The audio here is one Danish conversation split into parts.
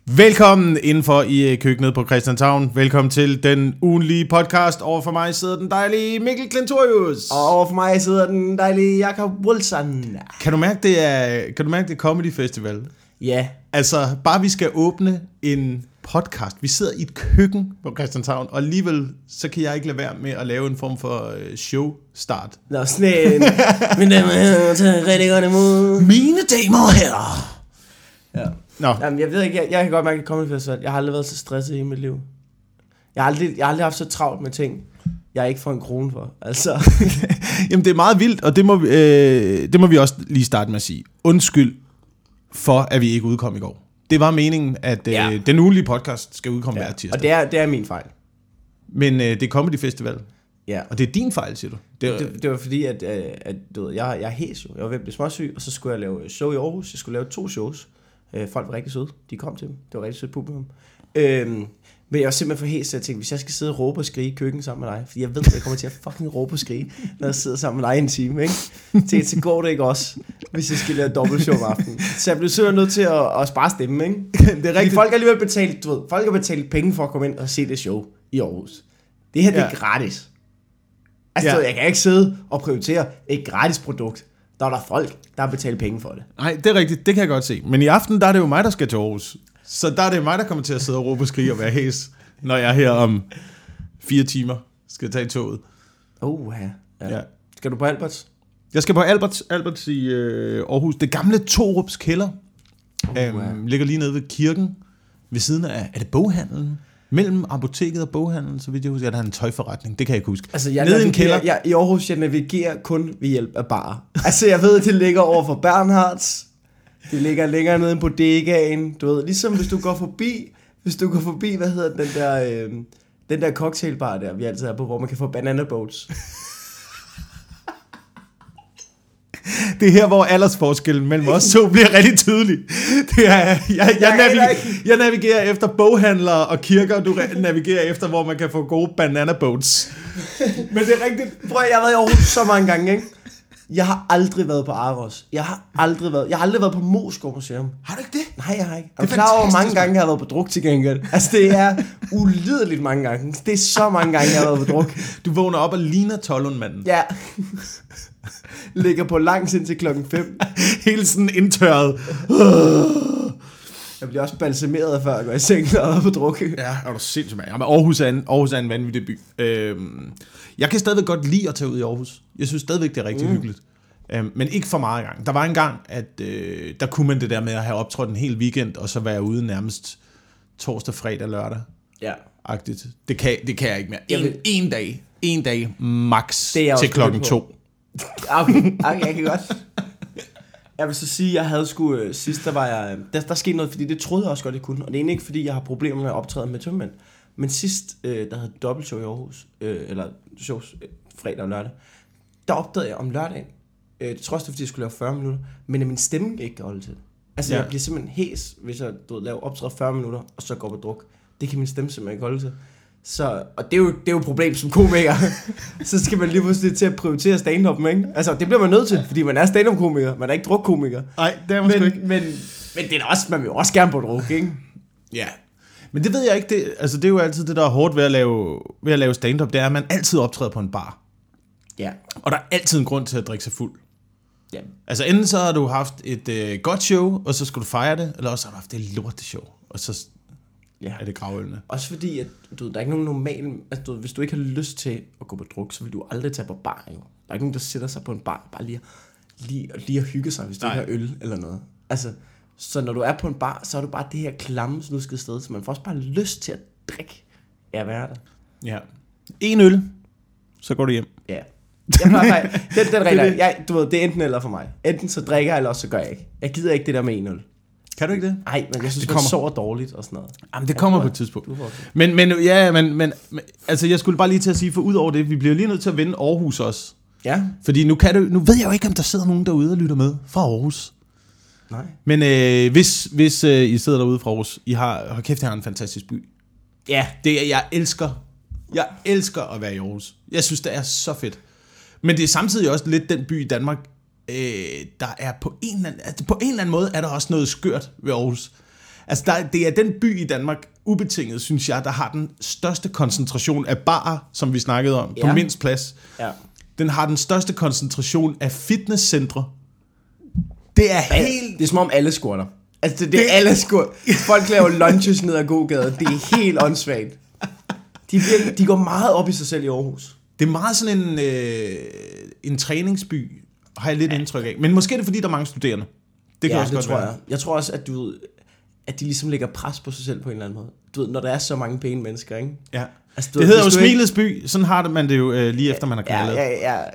Velkommen indenfor i køkkenet på Christianshavn. Velkommen til den ugenlige podcast. Overfor mig sidder den dejlige Mikkel Klintorius. Og overfor mig sidder den dejlige Jakob Wilson. Kan du mærke, det er Comedy Festival? Ja. Altså, bare vi skal åbne en podcast. Vi sidder i et køkken på Christianshavn, og alligevel så kan jeg ikke lade være med at lave en form for show-start. Nå, sådan en. Mine damer og herrer, tager rigtig godt imod. Mine damer og herrer. Ja. Nå. Jamen, jeg ved ikke, jeg kan godt mærke, at Comedy Festival. Jeg har aldrig været så stresset i mit liv. Jeg har aldrig haft så travlt med ting, jeg ikke får en krone for. Altså. Jamen, det er meget vildt, og det må vi også lige starte med at sige. Undskyld for, at vi ikke udkom i går. Det var meningen, at den ugenlige podcast skal udkomme hver tirsdag. Og det er min fejl. Men det er Comedy Festival. Ja. Og det er din fejl, siger du? Det var fordi, at du ved, jeg er hæs jo. Jeg var ved at blive småsyg, og så skulle jeg lave show i Aarhus. Jeg skulle lave 2 shows. Folk var rigtig søde. De kom til dem. Det var rigtig sødt publikum. Men jeg var simpelthen for hæs, så jeg tænkte, hvis jeg skal sidde og råbe og skrige i køkken sammen med dig, fordi jeg ved, at jeg kommer til at fucking råbe og skrige, når jeg sidder sammen med dig en time, ikke? Så går det ikke også, hvis jeg skal lave dobbeltshow om aftenen. Så jeg blev simpelthen nødt til at spare stemmen, ikke? Det er rigtigt. Fordi folk har alligevel betalt, folk har betalt penge for at komme ind og se det show i Aarhus. Det her, det er gratis. Altså, jeg kan ikke sidde og prioritere et gratis produkt. Der er der folk, der har betalt penge for det. Nej, det er rigtigt, det kan jeg godt se. Men i aften, der er det jo mig, der skal til Aarhus. Så der er det mig, der kommer til at sidde og råbe og skrige og være hæs, når jeg her om 4 timer skal tage toget. Ja. Skal du på Alberts? Jeg skal på Alberts i Aarhus. Det gamle Torups kælder. Ligger lige nede ved kirken, ved siden af, er det boghandlen? Mellem apoteket og boghandlen, så vidt jeg husker, der er en tøjforretning. Det kan jeg ikke huske. Altså, nede i en kælder. I Aarhus, jeg navigerer kun ved hjælp af barer. Altså, jeg ved, at det ligger over for Bernhards. Det ligger længere nede i bodegaen. Du ved, ligesom hvis du går forbi, hvad hedder den der cocktailbar der, vi altid er på, hvor man kan få banana boats. Det er her, hvor aldersforskellen mellem os to bliver rigtig tydelig. Det er, jeg navigerer efter boghandlere og kirker, og du navigerer efter, hvor man kan få gode banana boats. Men det er rigtigt. Prøv, jeg har været i Aarhus så mange gange, ikke? Jeg har aldrig været på Aros. Jeg har aldrig været på Moskov Museum. Har du ikke det? Nej, jeg har ikke. Er du klar over, hvor mange gange jeg har været på druk til gengæld? Altså, det er ulideligt mange gange. Det er så mange gange, jeg har været på druk. Du vågner op og ligner Tollundmanden. Ja. Ligger på langs indtil 5:00. Helt sådan indtørret. Jeg bliver også balsameret, før jeg går i seng og er på druk. Ja, er du sindssygt, mand. Men Aarhus er en vanvittig by. Jeg kan stadigvæk godt lide at tage ud i Aarhus. Jeg synes stadigvæk, det er rigtig hyggeligt. Men ikke for meget gang. Der var en gang, at der kunne man det der med at have optrådt en hel weekend, og så være ude nærmest torsdag, fredag, lørdag. Ja. Agtigt. Det kan jeg ikke mere. En dag max til 2:00. Okay, jeg kan godt. Jeg vil så sige, jeg havde sidst, der skete noget, fordi det troede jeg også godt, jeg kunne. Og det er ikke, fordi jeg har problemer med at optræde med tømmermænd. Men sidst, der havde dobbeltshow i Aarhus, eller shows fredag og lørdag, der opdagede jeg om lørdagen. Det tror jeg, fordi jeg skulle lave 40 minutter, men min stemme ikke kan holde til det. Altså, jeg bliver simpelthen hæs, hvis jeg laver optræde 40 minutter, og så går på druk. Det kan min stemme simpelthen ikke holde til. Så, og det er jo et problem som komiker. Så skal man lige pludselig til at prioritere stand-up, ikke? Altså, det bliver man nødt til, fordi man er stand-up-komiker. Man er ikke druk-komiker. Nej, det er man sgu ikke. Men det er også, man vil jo også gerne på druk, ikke? Ja. Men det ved jeg ikke. Det er jo altid det, der er hårdt ved at lave stand-up. Det er, at man altid optræder på en bar. Ja. Og der er altid en grund til at drikke sig fuld. Ja. Altså, enten så har du haft et godt show, og så skal du fejre det, eller også har du haft det lorte show, og så er det gravølene. Også fordi, at der er ikke nogen normal... Altså, hvis du ikke har lyst til at gå på druk, så vil du aldrig tage på bar, jo. Der er ikke nogen, der sætter sig på en bar, bare lige at hygge sig, hvis du ikke har øl eller noget. Altså, så når du er på en bar, så er du bare det her klamme, snuskede sted, så man får også bare lyst til at drikke af at være der. Ja. 1 øl, så går du hjem. Ja. Den regler, du ved, det er enten eller for mig. Enten så drikker jeg, eller også så gør jeg ikke. Jeg gider ikke det der med 1 øl. Kan du ikke det? Nej, men jeg synes, man sover dårligt og sådan noget. Jamen, det kommer på et tidspunkt. Men altså, jeg skulle bare lige til at sige, for ud over det, vi bliver lige nødt til at vende Aarhus også. Ja. Fordi nu ved jeg jo ikke, om der sidder nogen derude og lytter med fra Aarhus. Nej. Men hvis I sidder derude fra Aarhus, I har en fantastisk by. Ja. Jeg elsker at være i Aarhus. Jeg synes, det er så fedt. Men det er samtidig også lidt den by i Danmark, der er på en eller anden måde, er der også noget skørt ved Aarhus. Altså, det er den by i Danmark, ubetinget, synes jeg, der har den største koncentration af barer, som vi snakkede om, på mindst plads. Ja. Den har den største koncentration af fitnesscentre. Det er helt... Det er som om alle squatter. Altså, det er alle squatter. Folk laver lunches ned ad gågade. Det er helt åndssvagt. De går meget op i sig selv i Aarhus. Det er meget sådan en træningsby, har jeg lidt indtryk af. Men måske er det, fordi der er mange studerende. Det kan også godt tror være. jeg tror også, at du ved, at de ligesom lægger pres på sig selv på en eller anden måde. Du ved, når der er så mange pæne mennesker, ikke? Ja. Altså, det hedder jo Smilets by. Sådan har man det jo lige efter, man har knaldet. Ja.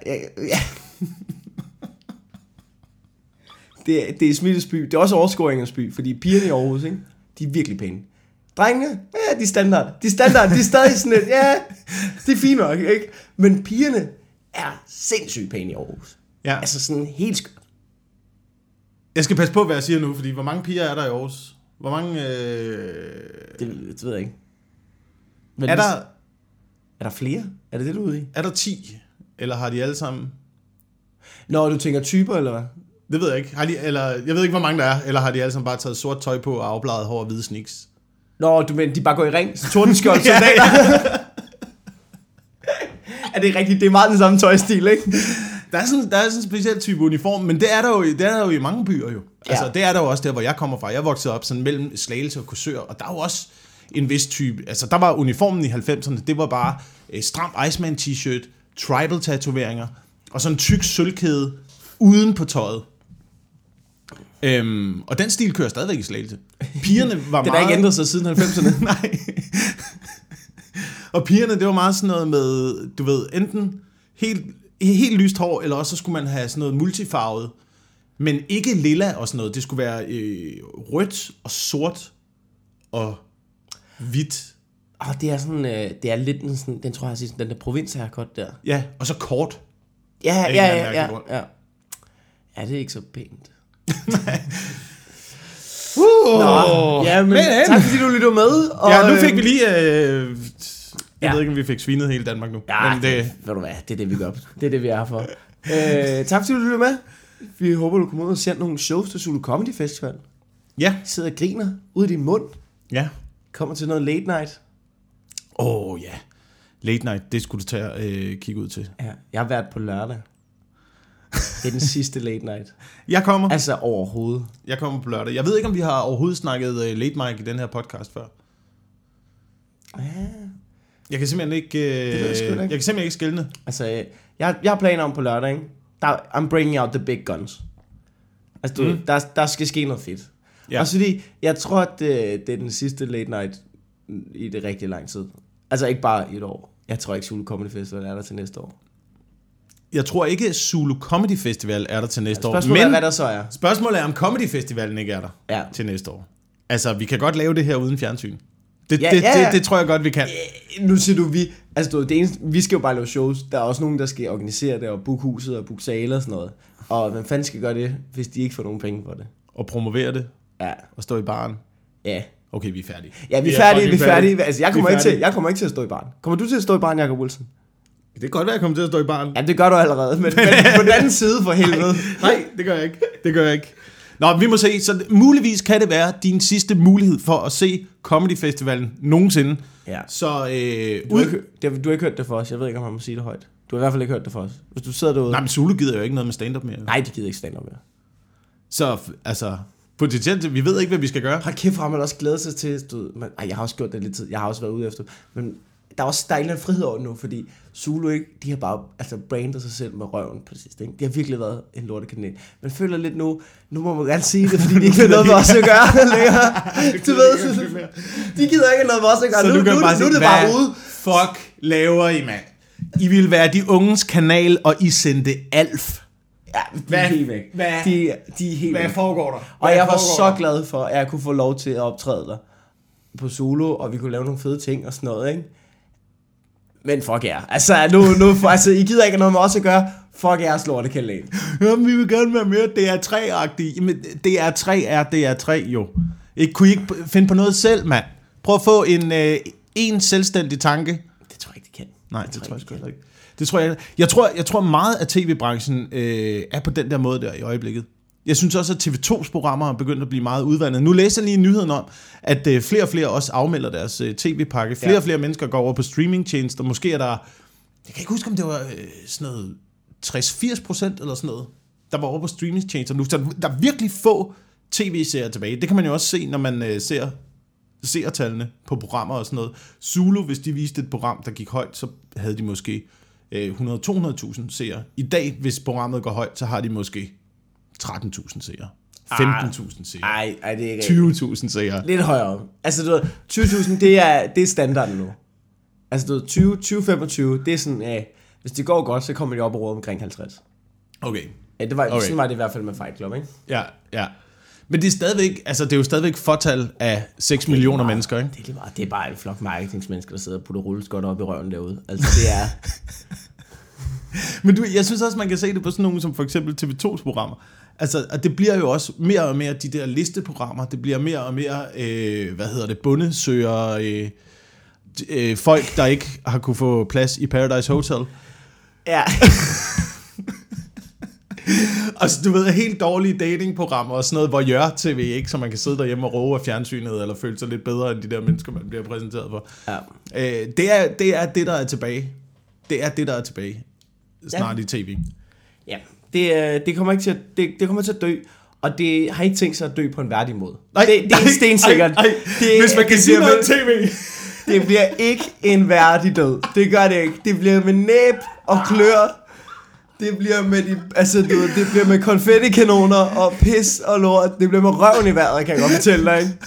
Det er Smilets by. Det er også overskåringens by, fordi pigerne i Aarhus, ikke? De er virkelig pæne. Drengene, ja, de er standard. De er stadig sådan lidt, ja, det er fint nok, ikke? Men pigerne er sindssygt pæne i Aarhus. Ja. Altså sådan helt skørt. Jeg skal passe på, hvad jeg siger nu, fordi hvor mange piger er der i Aarhus? Hvor mange... Det ved jeg ikke. Men er der flere? Er det du er ude i? Er der 10? Eller har de alle sammen... Nå, du tænker typer, eller hvad? Det ved jeg ikke. Jeg ved ikke, hvor mange der er. Eller har de alle sammen bare taget sort tøj på og afbladet hår og hvide sneaks? Nå, du mener, de bare går i ring? Tordenskjold soldater? Er det rigtigt? Det er meget den samme tøjstil, ikke? Der er sådan en speciel type uniform, men det er der jo i mange byer jo. Altså, Ja. det er der jo også der, hvor jeg kommer fra. Jeg voksede op sådan mellem Slagelse og Korsør, og der er jo også en vis type. Altså, der var uniformen i 90'erne, det var bare stram Iceman t-shirt, tribal tatoveringer, og sådan en tyk sølvkæde uden på tøjet. Og den stil kører stadigvæk i Slagelse. Pigerne var meget... Det har ikke ændret sig siden 90'erne. Nej. Og pigerne, det var meget sådan noget med, du ved, enten helt lyst hår, eller også så skulle man have sådan noget multifarvet, men ikke lilla og sådan noget. Det skulle være rødt og sort og hvidt. Det er sådan, det er lidt sådan, den tror jeg, sådan, den der provinshaircut der. Ja, og så kort. Ja. Ja, det er ikke så pænt. Ja, men tak fordi du lyttede med. Og, ja, nu fik vi lige... Jeg ved ikke, om vi fik svinet hele Danmark nu. Ja, men ved du hvad, det er det, vi gør. Det er det, vi er her for. Tak fordi du lyttede med. Vi håber, du kommer ud og ser nogle shows til Zulu Comedy Festival. Ja. Sidder og griner ud i din mund. Ja. Kommer til noget late night. Ja. Late night, det skulle du tage og kigge ud til. Ja, jeg har været på lørdag. Det er den sidste late night. Jeg kommer. Altså overhovedet. Jeg kommer på lørdag. Jeg ved ikke, om vi har overhovedet snakket late mic i den her podcast før. Ja. Jeg kan simpelthen ikke... Det ved jeg sgu ikke. Jeg kan simpelthen ikke skelne. Altså, jeg har planer om på lørdag, ikke? I'm bringing out the big guns. Altså, der skal ske noget fedt. Ja. Også fordi, jeg tror, at det er den sidste late night i det rigtig lang tid. Altså, ikke bare i et år. Jeg tror ikke, Zulu Comedy Festival er der til næste år. Jeg tror ikke, Zulu Comedy Festival er der til næste år. Spørgsmålet er, hvad der så er. Spørgsmålet er, om Comedy Festivalen ikke er der til næste år. Altså, vi kan godt lave det her uden fjernsyn. Det tror jeg godt, vi kan. Nu siger du vi. Altså, det eneste, vi skal jo bare lave shows. Der er også nogen, der skal organisere det og booke huset og booke sale og sådan noget. Og hvem fanden skal gøre det, hvis de ikke får nogen penge for det? Og promovere det. Ja. Og stå i baren. Ja. Okay, vi er færdige. Ja, vi er færdige. Altså, jeg kommer ikke til at stå i baren. Kommer du til at stå i baren, Jacob Wilson? Det kan godt være, at jeg kommer til at stå i baren. Ja, det gør du allerede. Men på den anden side for helvede. Nej, det gør jeg ikke. Nå, vi må se. Så muligvis kan det være din sidste mulighed for at se Comedy Festivalen nogensinde. Ja. Så du har ikke hørt det for os. Jeg ved ikke, om man må sige det højt. Du har i hvert fald ikke hørt det for os. Hvis du sidder derude... Nej, men Zulu gider jo ikke noget med stand-up mere. Nej, de gider ikke stand-up mere. Så, altså... Potentielt, vi ved ikke, hvad vi skal gøre. Hold kæft, har man også glædet sig til... jeg har også gjort det lidt tid. Jeg har også været ude efter. Men der er også dejlig en frihed over nu, fordi Zulu ikke... De har bare brandet sig selv med røven på det sidste. Ikke? De har virkelig været en lortekanal. Men føler lidt nu må man gerne sige det, fordi de ikke har noget med os at gøre længere. Du ved, de gider ikke noget med os at gøre. Nu er det bare ude. Fuck laver I, mand. I vil være de unges kanal, og I sendte Alf. Ja, de er helt væk. De er helt Hvad væk. foregår der? Og jeg var så glad for, at jeg kunne få lov til at optræde der på Zulu, og vi kunne lave nogle fede ting og sådan noget, ikke? Men fuck jer. Altså, altså, I gider ikke noget med os at gøre. Fuck jeres lortekanal. Jamen, vi vil gerne være mere DR3-agtige. Jamen, DR3 er DR3 jo. Kunne I ikke finde på noget selv, mand? Prøv at få en selvstændig tanke. Det tror jeg ikke, de kan. Nej, det tror jeg sgu ikke. Det tror jeg. Jeg tror meget, at tv-branchen er på den der måde der i øjeblikket. Jeg synes også, at TV2's programmer er begyndt at blive meget udvandet. Nu læser jeg lige nyheden om, at flere og flere også afmelder deres tv-pakke. Flere og flere mennesker går over på streamingtjenester. Måske er der, jeg kan ikke huske, om det var sådan noget 60-80% eller sådan noget, der var over på streamingtjenester nu. Så der er virkelig få tv-serier tilbage. Det kan man jo også se, når man ser seertallene på programmer og sådan noget. Zulu, hvis de viste et program, der gik højt, så havde de måske 100-200.000 seere. I dag, hvis programmet går højt, så har de måske 13.000 seere. 15.000 seere. Ej, det er ikke 20.000 seere. lidt højere. Altså, du ved, 20.000, det er standarden nu. Altså, du ved, 20-25, det er sådan, hvis det går godt, så kommer de op og råde omkring 50. Okay. Ja, sådan var det i hvert fald med Fight Club, ikke? Ja. Men det er stadigvæk, altså det er jo stadigvæk fortal af 6 millioner mennesker, ikke? Det er lige meget. Det er bare en flok marketingsmennesker, der sidder og putter rulleskot op i røven derude. Altså, det er... Men jeg synes også, man kan se det på sådan nogle som for eksempel TV2's programmer. Altså, at det bliver jo også mere og mere de der listeprogrammer. Det bliver mere og mere, bondesøgere, folk, der ikke har kunne få plads i Paradise Hotel. Ja. Altså, du ved, helt dårlige datingprogrammer og sådan noget, hvor Jør TV, ikke? Så man kan sidde derhjemme og råbe af fjernsynet, eller føle sig lidt bedre end de der mennesker, man bliver præsenteret for. Ja. Det er det, der er tilbage. Det er det, der er tilbage. Snart i tv. Ja, det kommer ikke til at, det kommer til at dø, og det har ikke tænkt sig at dø på en værdig måde. Nej, det er stensikkert. Hvis man kan sige noget tv. Det bliver ikke en værdig død. Det gør det ikke. Det bliver med næb og klør. Det bliver med det bliver med konfettikanoner og pis og lort. Det bliver med røven i vejret, kan jeg godt fortælle dig, ikke?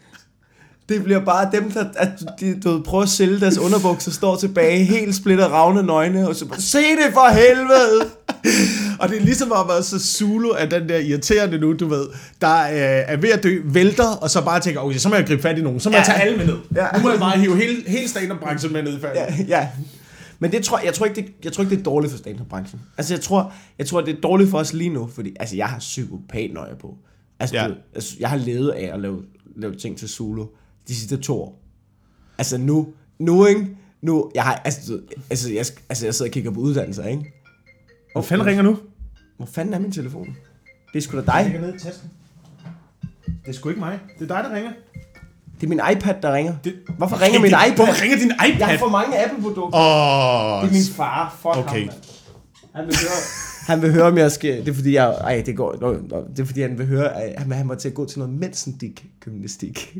Det bliver bare dem, der prøver at sælge deres underbukser, står tilbage helt splitter ravne nøgne, og så bare, se det for helvede! Og det er ligesom om, at så Zulu er den der irriterende nu, du ved, der er ved at dø, vælter, og så bare tænker, okay, så må jeg gribe fat i nogen, så må jeg tage alle med ned. Ja. Nu må jeg bare hive hele stand-up-branchen med ned i fald. Ja. Men jeg tror ikke, det er dårligt for stand-up-branchen. Altså, jeg tror, det er dårligt for os lige nu, fordi altså, jeg har psykopat-nøje på. Altså, jeg har levet af at lave ting til Zulu de sidste 2 år. Altså, nu, ikke? Nu, jeg har, jeg sidder og kigger på uddannelser, ikke? Hvor fanden ringer nu? Hvor fanden er min telefon? Det er sgu da dig. Jeg ligger ned i tasken. Det er sgu ikke mig. Det er dig, der ringer. Det er min iPad, der ringer. Hvorfor ringer min iPad? Hvorfor ringer din iPad? Jeg har for mange Apple-produkter. Det er min far. Fuck okay. Ham, han vil høre, om jeg skal... Det er fordi, det er fordi, han vil høre, at han må til at gå til noget mensendik-gymnastik.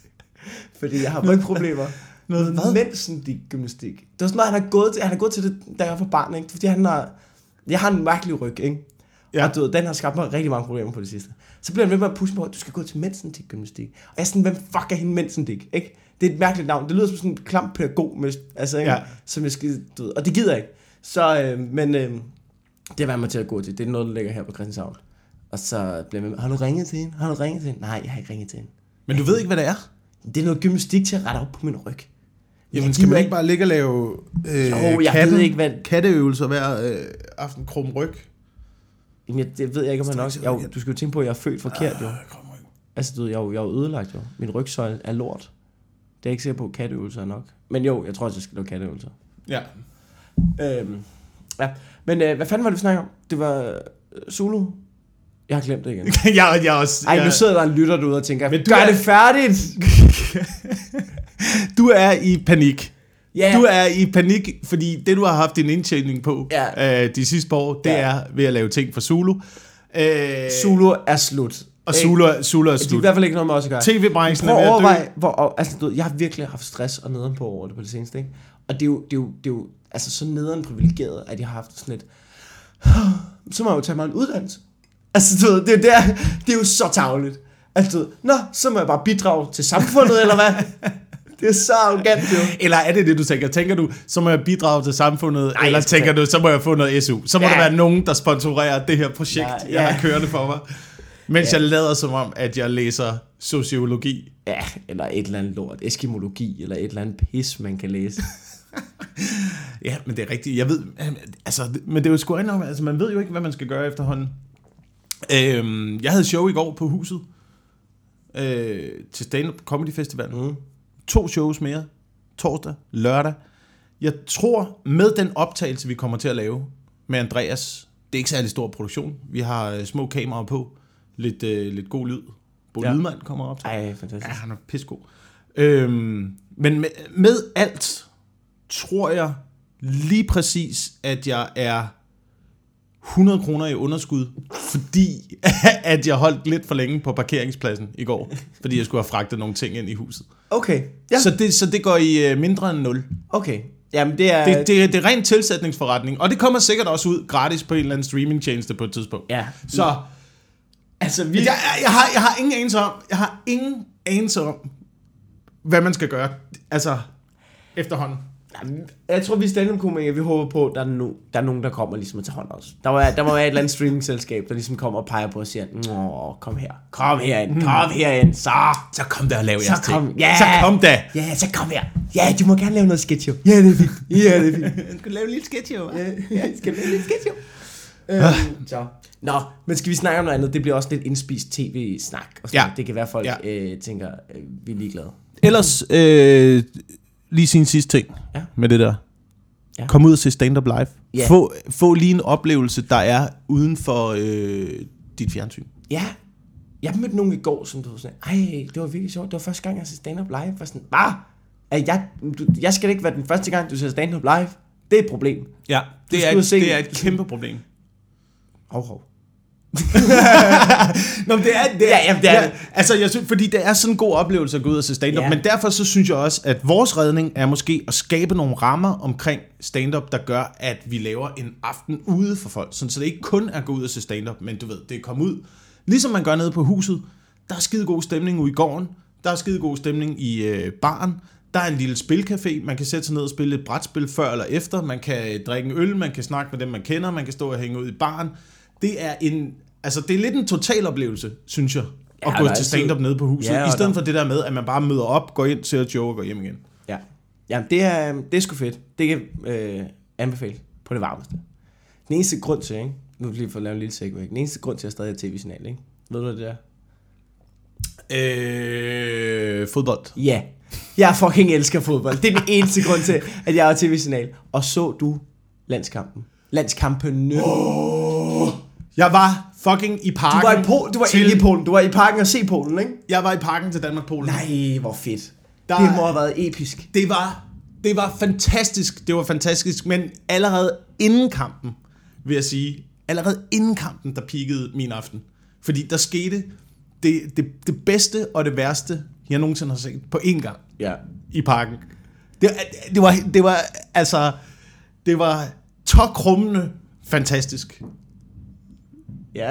Fordi jeg har rygproblemer. Noget mensendik-gymnastik. Det var sådan noget, han har gået til det, da jeg var for barn, ikke? Fordi jeg har en mærkelig ryg, ikke? Ja. Og den har skabt mig rigtig mange problemer på det sidste. Så bliver han ved med at pushe mig, du skal gå til mensendik-gymnastik. Og jeg er sådan, hvem fuck er hende mensendik, ikke? Det er et mærkeligt navn. Det lyder som sådan en klam pædagog, som jeg skal, og det gider jeg ikke. Så, men det har været mig til at gå til. Det er noget, der ligger her på Christianshavn. Og så bliver jeg med, har du ringet til hende? Nej, jeg har ikke ringet til hende. Men du ved ikke, hvad det er? Det er noget gymnastik til at rette op på min ryg. Jamen, skal man ikke bare ligge og lave katteøvelser hver aften, krum ryg? Jamen, det ved jeg ikke, om man nok... Du skal jo tænke på, at jeg er født forkert, jo. Altså, du ved, jeg er jo ødelagt, jo. Min rygsøjle er lort. Det er jeg ikke sikker på, at katteøvelser er nok. Men jo, jeg tror også, jeg skal lave katteøvelser. Ja. Ja. Men hvad fanden var det, vi snakker om? Det var Zulu. Jeg har glemt det igen. jeg også... Ej, nu sidder der en lytter derude og tænker, gør det færdigt! Du er i panik. Yeah. Du er i panik, fordi det, du har haft din indtjening på de sidste par år, det er ved at lave ting for Zulu. Zulu er slut. Og Zulu er slut. Det er i hvert fald ikke noget med os at gøre. TV-branchen er ved at dø. Altså, jeg har virkelig haft stress og nederen på over det på det seneste, ikke? Og det er jo altså så nederen privilegeret, at jeg har haft sådan lidt, så må jeg jo tage mig en uddannelse. Altså, du ved, det er jo så tarveligt. Altså, så må jeg bare bidrage til samfundet, eller hvad? Det er så arrogant, jo. Eller er det, du tænker? Tænker du, så må jeg bidrage til samfundet? Nej, eller tænker du, så må jeg få noget SU? Så må der være nogen, der sponsorerer det her projekt, jeg har kørende for mig. Mens jeg lader som om, at jeg læser sociologi. Ja, eller et eller andet lort. Eskimologi, eller et eller andet pis, man kan læse. Ja, men det er rigtigt. Jeg ved, altså, men det er jo sgu rent nok, altså man ved jo ikke, hvad man skal gøre efterhånden. Jeg havde show i går på Huset. Til Stand Up Comedy Festival. 2 shows mere. Torsdag, lørdag. Jeg tror, med den optagelse, vi kommer til at lave med Andreas, det er ikke særlig stor produktion. Vi har små kameraer på. lidt god lyd. Bo Lydmand kommer op til. Ej, fantastisk. Ja, han er pissegod. Men med alt, tror jeg lige præcis, at jeg er 100 kroner i underskud, fordi at jeg holdt lidt for længe på parkeringspladsen i går, fordi jeg skulle have fragtet nogle ting ind i huset. Okay. Ja. Så det går i mindre end 0. Okay. Jamen, det er... Det er ren tilsætningsforretning, og det kommer sikkert også ud gratis på en eller anden streamingtjeneste på et tidspunkt. Ja. Så Altså, jeg har ingen anelse om, hvad man skal gøre, altså efterhånden. Jeg tror, vi stand-up-komikere, vi håber på, at der er nogen, der kommer ligesom at tage hånd os. Der må være et eller andet streaming-selskab, der ligesom kommer og peger på og siger, kom herind, så kom der og lav jeres ting. Ja, så kom da. Ja, så kom her. Ja, du må gerne lave noget sketch, jo. Ja, det er fint. Jeg skal lave en lille sketch, jo. Skal lave en lille sketch, jo. Så. Nå, men skal vi snakke om noget andet? Det bliver også lidt indspist tv-snak. Og sådan. Det kan være, folk tænker, vi er ligeglade. Ellers, lige sin sidste ting med det der. Ja. Kom ud og se stand-up live. Ja. Få lige en oplevelse, der er uden for dit fjernsyn. Ja. Jeg mødte nogen i går, som du sagde, det var virkelig sjovt. Det var første gang, jeg så stand-up live. Jeg var sådan, jeg skal ikke være den første gang, du ser stand-up live. Det er et problem. Ja, det er et kæmpe problem. Hov. Nå, det er. Altså, jeg synes, fordi det er sådan en god oplevelse at gå ud og se stand-up, men derfor så synes jeg også, at vores redning er måske at skabe nogle rammer omkring stand-up, der gør, at vi laver en aften ude for folk, sådan, så det ikke kun er at gå ud og se stand-up, men du ved, det er komme ud, ligesom man gør nede på huset. Der er skide god stemning ude i gården, der er skide god stemning i baren, der er en lille spilcafé, man kan sætte sig ned og spille et brætspil før eller efter, man kan drikke en øl, man kan snakke med dem, man kender, man kan stå og hænge ud i baren. Det er lidt en total oplevelse, synes jeg, at gå til stand-up nede på huset, i stedet for det der med, at man bare møder op, går ind, ser et show og går hjem igen. Ja, det er sgu fedt. Det kan anbefale på det varmeste. Den eneste grund til, ikke? Nu lige for at lave en lille segway. Den eneste grund til, at jeg stadig er tv-signal, ikke? Ved du, hvad det er? Fodbold. Ja, jeg fucking elsker fodbold. Det er den eneste grund til, at jeg er tv-signal. Og så du landskampen? Landskampene. Jeg var fucking i parken. Du var ikke i Polen. Du var i parken og se Polen, ikke? Jeg var i parken til Danmark-Polen. Nej, hvor fedt. Det må have været episk. Det var fantastisk. Det var fantastisk, men allerede inden kampen, vil jeg sige, der peakede min aften. Fordi der skete det bedste og det værste, jeg nogensinde har set på én gang i parken. Det var tåkrummende fantastisk. Ja.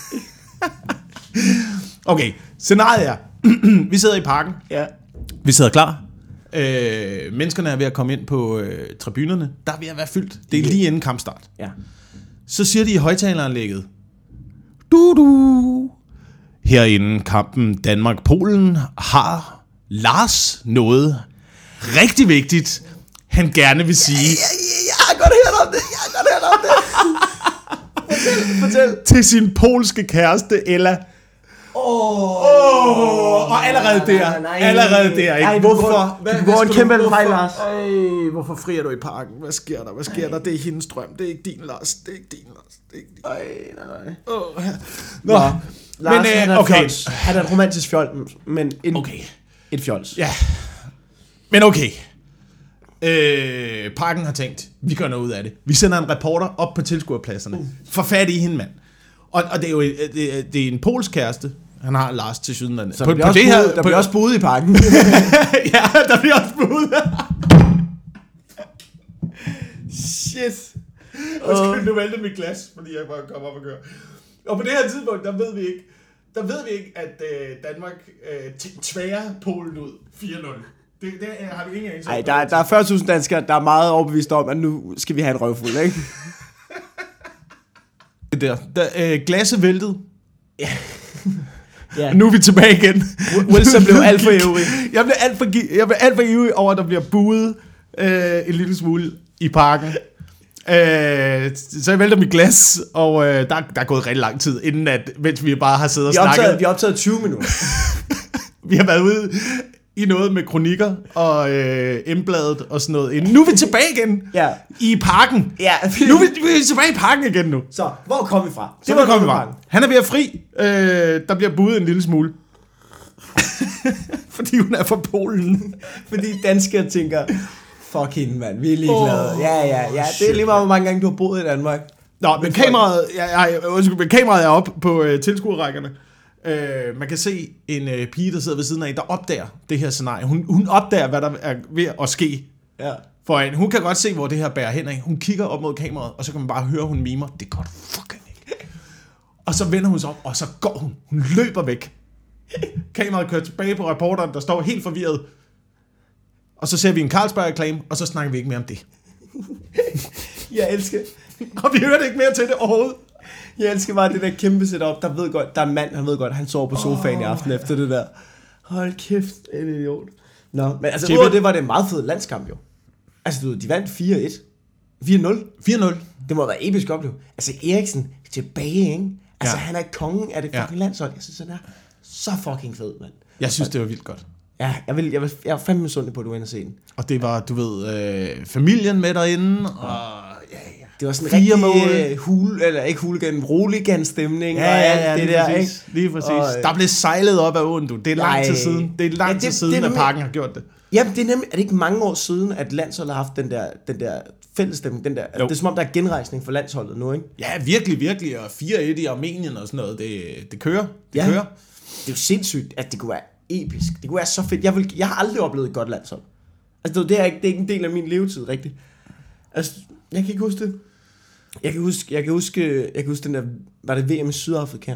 Okay, scenariet er, vi sidder i parken. Ja. Vi sidder klar. Menneskerne er ved at komme ind på tribunerne. Der er ved at være fyldt. Det er lige inden kampstart. Ja. Så siger de i højtaleranlægget, du. Herinde kampen Danmark-Polen har Lars noget rigtig vigtigt, han gerne vil sige. Jeg har godt hørt om det. Fortæl. Til sin polske kæreste, Ella. Og allerede der, ikke? Ej, hvorfor? Det går en kæmpe fejl, Lars. Hvorfor frier du i parken? Hvad sker der? Det er hendes drøm. Det er ikke din, Lars. Nej. Nå. Lars, han er et romantisk fjold, men et fjols. Ja. Men okay. Parken har tænkt, vi gør noget ud af det. Vi sender en reporter op på tilskuerpladserne. Får fat i hende, mand. Og det er jo det er en polsk kæreste. Han har Lars til Sydlandet. Så der bliver også buet i parken. Ja, der bliver også buet. Shit. Nu vælter mit glas, fordi jeg bare kommer op og kører. Og på det her tidspunkt, der ved vi ikke, at Danmark tværer Polen ud 4-0. Det har vi ingen anelse. Nej, der er 40.000 danskere, der er meget overbevist om, at nu skal vi have en røvfuld, ikke? Det der. Glasset væltede. Ja. Nu er vi tilbage igen. Wilson blev alt for ivrig. Jeg blev alt for ivrig over, at der bliver buet en lille smule i parken. Så jeg vælter mit glas, og der er gået rigtig lang tid, inden mens vi bare har siddet og snakket. Vi har optaget 20 minutter. Vi har været ude i noget med kronikker og M-bladet og sådan noget. Nu er vi tilbage igen i parken. Ja. Nu er vi tilbage i parken igen nu. Så, hvor kom vi fra? Det var kommet fra. Han er ved at fri. Der bliver budet en lille smule. Fordi hun er fra Polen. Fordi danskere tænker, fuck hende, mand. Vi er ligeglade. Ja. Det er lige meget, hvor mange gange du har boet i Danmark. Nå, men kameraet er oppe på tilskuerrækkerne. Man kan se en pige, der sidder ved siden af, der opdager det her scenarie. Hun opdager, hvad der er ved at ske. Ja. For hun kan godt se, hvor det her bærer hen af. Hun kigger op mod kameraet, og så kan man bare høre, hun mimer. Det går fucking ikke. Og så vender hun sig op, og så går hun. Hun løber væk. Kameraet kører tilbage på reporteren, der står helt forvirret. Og så ser vi en Carlsberg-reklame, og så snakker vi ikke mere om det. Jeg elsker. Og vi hører det ikke mere til det overhovedet. Jeg elsker bare det der kæmpe setup. Der ved godt, der er en mand, han ved godt, han sover på sofaen i aften efter det der. Hold kæft, en idiot. Nå, men altså, udover det var det en meget fed landskamp jo. Altså, de vandt 4-1. 4-0. Det må være episk oplevelse. Altså, Eriksen tilbage, ikke? Altså, han er kongen af det fucking landshold. Jeg synes, han er så fucking fed, mand. Jeg synes, det var vildt godt. Ja, jeg er fandme misundelig på, at du ender se den. Og det var, du ved, familien med derinde, og det var sådan en rigtig roligan-stemning. Ja, det lige der, præcis. Ikke? Lige præcis. Der blev sejlet op ad åen, du. Det er lang tid siden. Det er lang tid siden, at parken har gjort det. Jamen, det er nemlig, er det ikke mange år siden, at landsholdet har haft den der fællesstemning, det er som om, der er genrejsning for landsholdet nu, ikke? Ja, virkelig, og 4-1 i Armenien og sådan noget, det kører. Det kører. Det er jo sindssygt, at det kunne være episk. Det kunne være så fedt. Jeg har aldrig oplevet et godt landshold. Altså, det er ikke en del af min levetid, rigtigt. Altså, jeg kan ikke huske det. Jeg kan huske den der, var det VM i Sydafrika,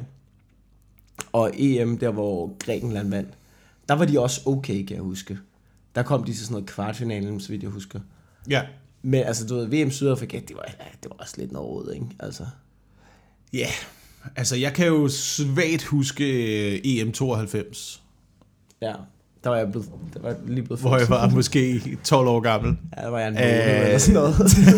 og EM, der hvor Grækenland vandt. Der var de også okay, kan jeg huske. Der kom de til sådan noget kvartfinalen, så vidt jeg husker. Ja. Men altså, du ved, VM Sydafrika, det var også lidt noget, ikke? Altså. Ja, altså jeg kan jo svagt huske EM 92. Ja, der var jeg lige blevet hvor jeg var måske 12 år gammel. Ja, der var jeg en eller sådan noget.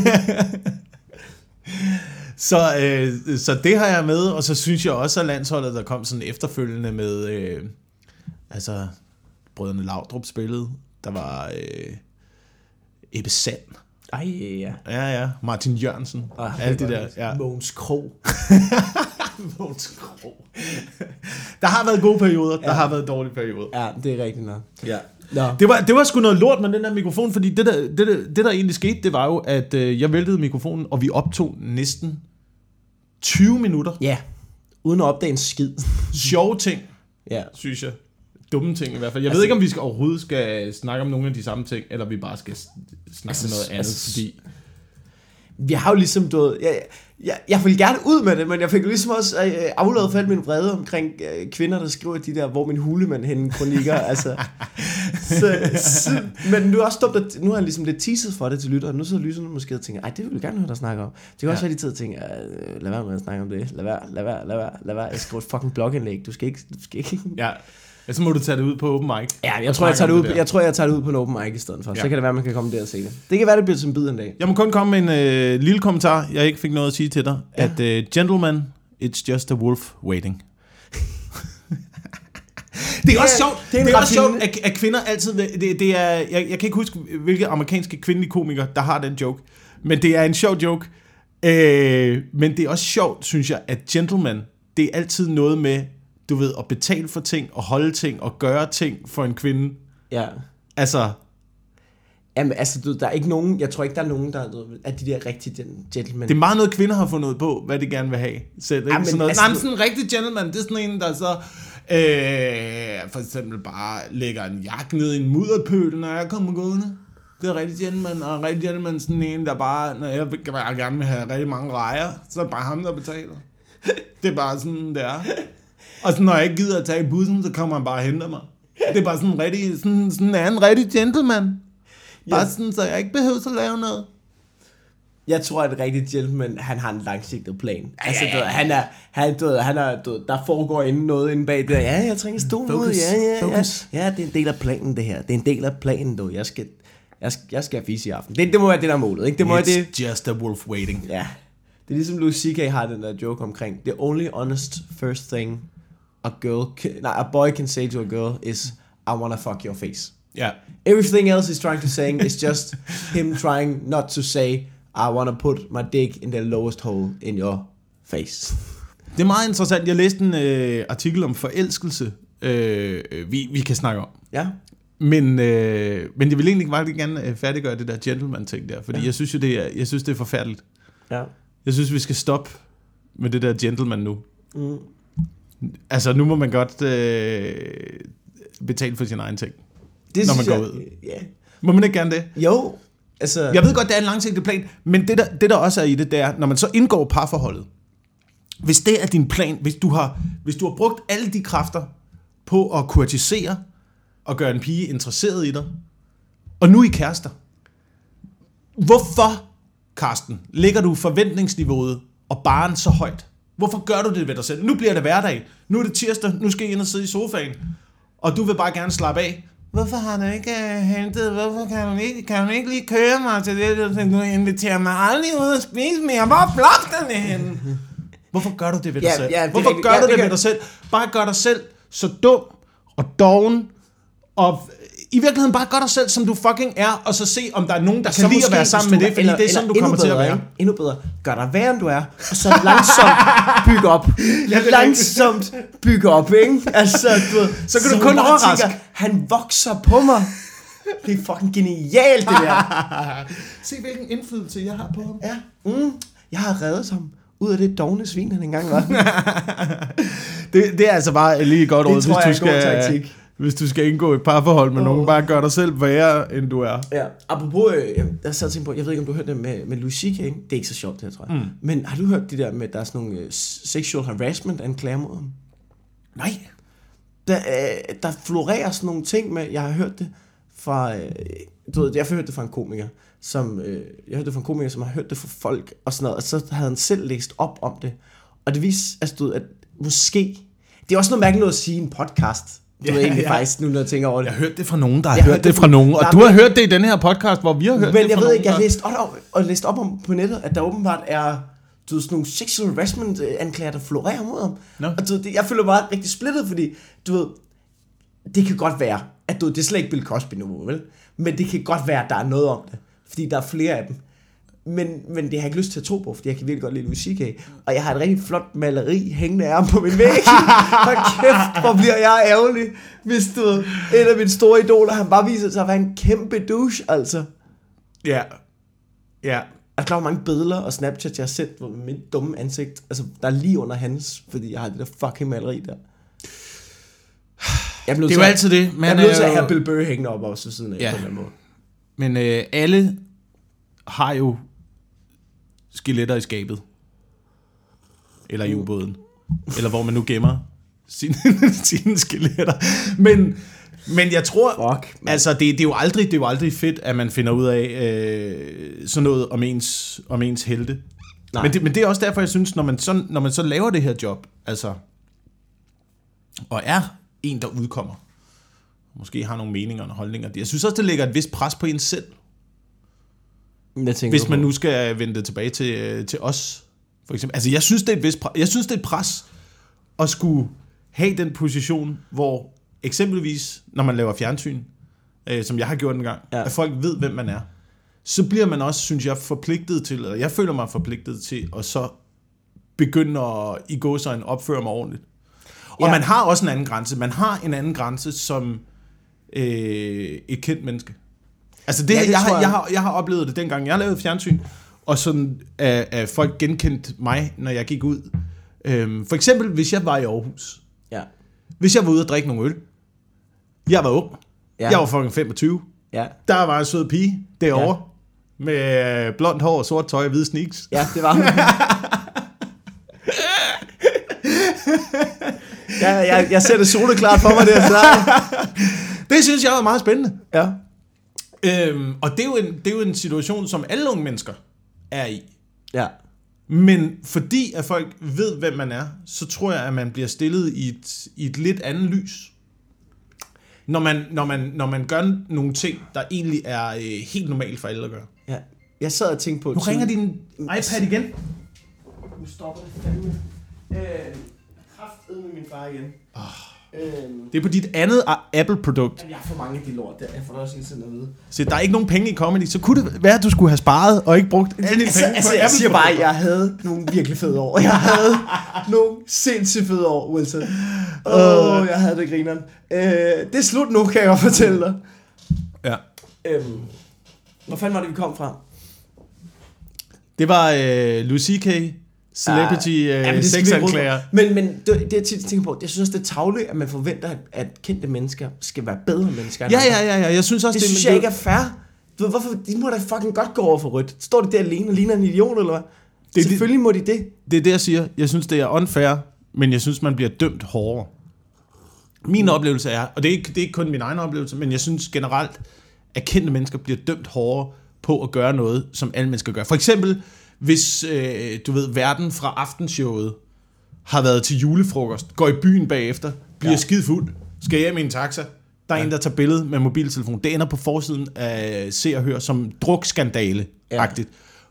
Så det har jeg med, og så synes jeg også, at landsholdet, der kom sådan efterfølgende med, altså, brødrene Laudrup spillede, der var Ebbe Sand. Ej, ja. Ja, Martin Jørgensen. Alle de der. Ja. Mogens Krog. Mogens Krog. Der har været gode perioder, der har været dårlige perioder. Ja, det er rigtigt nok. Ja. No. Det var sgu noget lort med den der mikrofon, fordi det der egentlig skete, det var jo, at jeg væltede mikrofonen, og vi optog næsten 20 minutter. Ja, uden at opdage en skid. Sjove ting, synes jeg. Dumme ting i hvert fald. Jeg ved ikke, om vi overhovedet skal snakke om nogle af de samme ting, eller vi bare skal snakke om noget andet, fordi... Vi har jo ligesom jeg vil gerne ud med det, men jeg fik jo ligesom også afladet fat min vrede omkring kvinder, der skriver de der, hvor min hulemand henne kronikker, altså. Men nu er også dumt, at nu har jeg ligesom lidt teaset for det til lytteren, nu sidder lyserne måske og tænker, ej, det vil jeg gerne høre dig snakke om. Det kan også være, de tid tænker, lad være med at snakke om det, lad være, jeg skriver et fucking blogindlæg, du skal ikke. Ja. Ja, så må du tage det ud på open mic. Ja, jeg tror, jeg tager det ud på en open mic i stedet for. Ja. Så kan det være, man kan komme der og se det. Det kan være, det bliver som en bid en dag. Jeg må kun komme med en lille kommentar, jeg ikke fik noget at sige til dig. Ja. At gentleman, it's just a wolf waiting. Det er også sjovt. Det er også sjovt, at kvinder altid... Det er, jeg kan ikke huske, hvilke amerikanske kvindelige komikere, der har den joke. Men det er en sjov joke. Men det er også sjovt, synes jeg, at gentleman, det er altid noget med... Du ved, at betale for ting, og holde ting, og gøre ting for en kvinde. Ja. Altså... Jamen, altså, der er ikke nogen... Jeg tror ikke, der er nogen, der er de der rigtige gentlemen. Det er meget noget, kvinder har fundet på, hvad de gerne vil have. Selv, ikke? Sådan noget. Altså, sådan en rigtig gentleman, det er sådan en, der så... for eksempel bare lægger en jakke ned i en mudderpøl, når jeg kommer gående. Det er rigtig gentleman, og rigtig gentleman sådan en, der bare... Når jeg gerne vil have rigtig mange rejer, så er det bare ham, der betaler. Det er bare sådan, det er. Og så når jeg ikke gider at tage i bussen, så kommer han bare og henter mig. Det er bare sådan en rigtig gentleman. Bare sådan, så jeg ikke behøver at lave noget. Jeg tror, at en rigtig gentleman, han har en langsigtet plan. Altså, der foregår noget inde bag det. Ja, jeg trænger stol ud. Ja, det er en del af planen, det her. Det er en del af planen, du. Jeg skal fisse i aften. Det må være det, der er målet, ikke? It's just a wolf waiting. Ja. Det er ligesom Louis C.K. har den der joke omkring. The only honest first thing a boy can say to a girl is, I wanna fuck your face. Ja. Everything else he's trying to say is just him trying not to say, I wanna put my dick in the lowest hole in your face. Det er meget interessant. Jeg læste en artikel om forelskelse, vi kan snakke om. Ja. Men jeg vil egentlig bare gerne færdiggøre det der gentleman-ting der, fordi jeg synes jo, det er forfærdeligt. Ja. Jeg synes, vi skal stoppe med det der gentleman nu. Altså, nu må man godt betale for sin egen ting, Det når man går ud. Ja. Må man ikke gerne det? Jo. Altså... Jeg ved godt, det er en langsigtet plan, men det der også er i det, der, når man så indgår parforholdet, hvis det er din plan, hvis du har brugt alle de kræfter på at kurtisere og gøre en pige interesseret i dig, og nu er I kærester, hvorfor, Karsten, lægger du forventningsniveauet og barren så højt? Hvorfor gør du det ved dig selv? Nu bliver det hverdag. Nu er det tirsdag. Nu skal I ind og sidde i sofaen. Og du vil bare gerne slappe af. Hvorfor har du ikke hentet? Hvorfor kan du ikke lige køre mig til det? Du inviterer mig aldrig ud og spise mere. Hvor er flofterne henne? Hvorfor gør du det ved dig selv? Hvorfor gør du det ved dig selv? Bare gør dig selv så dum og doven og i virkeligheden bare gør dig selv, som du fucking er, og så se, om der er nogen, der kan lide at være sammen med det, fordi det er sådan, du kommer til at være. Endnu bedre. Gør dig værre, end du er, og så langsomt bygge op. Langsomt bygge op, ikke? Altså, du ved, så kan du kun overraske. Han vokser på mig. Det er fucking genialt, det der. Se, hvilken indflydelse jeg har på ham. Ja. Jeg har reddet ham ud af det dovne svin, han engang var. det er altså bare lige godt råd, hvis du skal... Hvis du skal indgå et parforhold med nogen, bare gør dig selv værre, end du er. Ja. Apropos, jeg sad og tænkte på, jeg ved ikke, om du hørte det med Louis C.K., ikke? Det er ikke så sjovt, det her, tror jeg. Men har du hørt det der med, at der er sådan nogle sexual harassment anklager mod ham? Nej. Der florerer sådan nogle ting med, jeg har hørt det fra, jeg har hørt det fra en komiker, som har hørt det fra folk og sådan noget, og så havde han selv læst op om det. Og det viste, at måske, det er også noget mærkeligt noget at sige i en podcast. Det er egentlig faktisk nu, når jeg tænker over det. Jeg har hørt det fra nogen, der har hørt det fra nogen. Og du har hørt det i denne her podcast, hvor vi har hørt det fra nogen. Men jeg ved ikke, jeg har læst op om på nettet, at der åbenbart er sådan nogle sexual harassment anklager, der florerer mod ham. No. Og jeg føler mig rigtig splittet, fordi du ved, det kan godt være, at det er slet ikke Bill Cosby nu, vel? Men det kan godt være, at der er noget om det, fordi der er flere af dem. Men det har jeg ikke lyst til at tro på, fordi jeg kan virkelig godt lide Louis C.K. Og jeg har et rigtig flot maleri hængende af ham på min væg. Hold kæft, hvor bliver jeg ærgerlig, hvis du en af mine store idoler, han bare viser sig at være en kæmpe douche, altså. Ja. Ja. Jeg er klar, hvor mange billeder og Snapchat, jeg har set med mit dumme ansigt, altså der er lige under hans, fordi jeg har det der fucking maleri der. Det er jo altid det. Jeg er nødt til at have Bill Burr hængende op også siden af, på den måde. Men alle har jo skeletter i skabet. Eller i ubåden. Eller hvor man nu gemmer sine skeletter. Men jeg tror, altså det er jo aldrig fedt, at man finder ud af sådan noget om ens helte. Men det er også derfor, jeg synes, når man så laver det her job, altså, og er en, der udkommer, måske har nogle meninger og holdninger, jeg synes også, det lægger et vist pres på en selv. Hvis man nu skal vende det tilbage til os, for eksempel. Altså, jeg synes, det er et pres at skulle have den position, hvor eksempelvis, når man laver fjernsyn, som jeg har gjort en gang, at folk ved, hvem man er, så bliver man også, synes jeg, forpligtet til, eller jeg føler mig forpligtet til, at så begynde at i gåseøjne opføre mig ordentligt. Og man har også en anden grænse. Man har en anden grænse som et kendt menneske. Altså jeg har oplevet det dengang, jeg lavede fjernsyn, og sådan at folk genkendte mig, når jeg gik ud. For eksempel, hvis jeg var i Aarhus. Ja. Hvis jeg var ude og drikke nogle øl. Jeg var ung. Ja. Jeg var fucking 25. Ja. Der var en sød pige derovre. Ja. Med blondt hår og sort tøj og hvide sneaks. Ja, det var hun. jeg ser det soleklart for mig der. Det synes jeg var meget spændende. Ja. Og det er jo en situation, som alle unge mennesker er i. Ja. Men fordi at folk ved, hvem man er, så tror jeg, at man bliver stillet i et lidt andet lys. Når man gør nogle ting, der egentlig er helt normalt for alle at gøre. Ja. Jeg sad og tænkte på... Nu ringer din iPad igen. Nu stopper det fandme. Kraftedme min far igen. Det er på dit andet Apple-produkt. Jeg har for mange af de lort der. Jeg får det også hele tiden at vide. Så der er ikke nogen penge i comedy. Så kunne det være, at du skulle have sparet og ikke brugt alle dine penge på jeg siger bare, at jeg havde nogle virkelig fede år. Jeg havde nogle sindssygt fede år, Wilson. Jeg havde det grineren. Det er slut nu, kan jeg godt fortælle dig. Ja. Hvor fanden var det, vi kom fra? Det var Louis C.K., celebrity sexanklager. Men det jeg tit tænker på, jeg synes også, det er tarveligt, at man forventer, at kendte mennesker skal være bedre mennesker. Ja. Jeg synes også, det synes jeg ikke er fair. Du ved, hvorfor? De må da fucking godt gå over for rødt. Står de der alene og ligner en idiot, eller hvad? Selvfølgelig må de det. Det er det, jeg siger. Jeg synes, det er unfair, men jeg synes, man bliver dømt hårdere. Min oplevelse er, og det er ikke kun min egen oplevelse, men jeg synes generelt, at kendte mennesker bliver dømt hårdere på at gøre noget, som alle mennesker gør. For eksempel, hvis, du ved, verden fra aftenshowet har været til julefrokost, går i byen bagefter, bliver skidfuld, skal hjem i en taxa, der er en, der tager billede med mobiltelefon. Det ender på forsiden af Se og Hør som drukskandale-agtigt.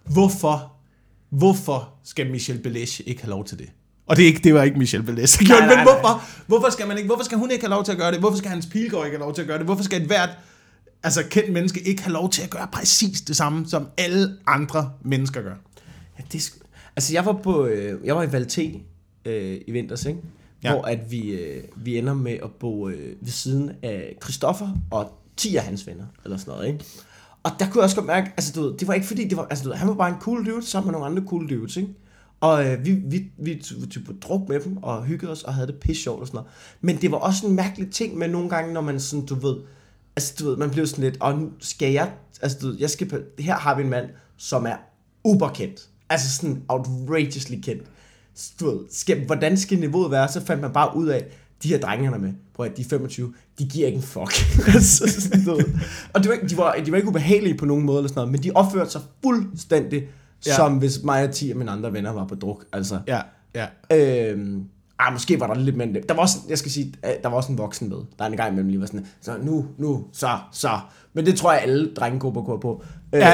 Hvorfor skal Michel Bellèche ikke have lov til det? Og det var ikke Michel Bellèche. Men hvorfor skal hun ikke have lov til at gøre det? Hvorfor skal Hans Pilgaard ikke have lov til at gøre det? Hvorfor skal et hvert kendt menneske ikke have lov til at gøre præcis det samme, som alle andre mennesker gør? Ja, jeg var i Valté i vinters, ikke? Ja. Hvor at vi ender med at bo ved siden af Christoffer og 10 af hans venner, eller sådan noget, ikke? Og der kunne jeg også godt mærke, det var ikke fordi, han var bare en cool dude, sammen med nogle andre cool dudes, ikke? Og vi tog druk med dem, og hyggede os, og havde det pisse sjovt og sådan noget. Men det var også en mærkelig ting med nogle gange, når man sådan, du ved, man blev sådan lidt, og nu skal jeg, her har vi en mand, som er uberkendt. Altså sådan outrageously kendt. Hvordan skal niveauet være? Så fandt man bare ud af, de her drenge, han er med, prøv at de er 25, de giver ikke en fuck. Og de var ikke ubehagelige på nogen måde, eller sådan noget, men de opførte sig fuldstændig, som hvis mig og 10 af mine andre venner var på druk. Altså. Ja. Måske var der lidt mere. Der var også, jeg skal sige, der var også en voksen med. Der er en gang imellem lige var sådan, så. Men det tror jeg, alle drengegrupper går på.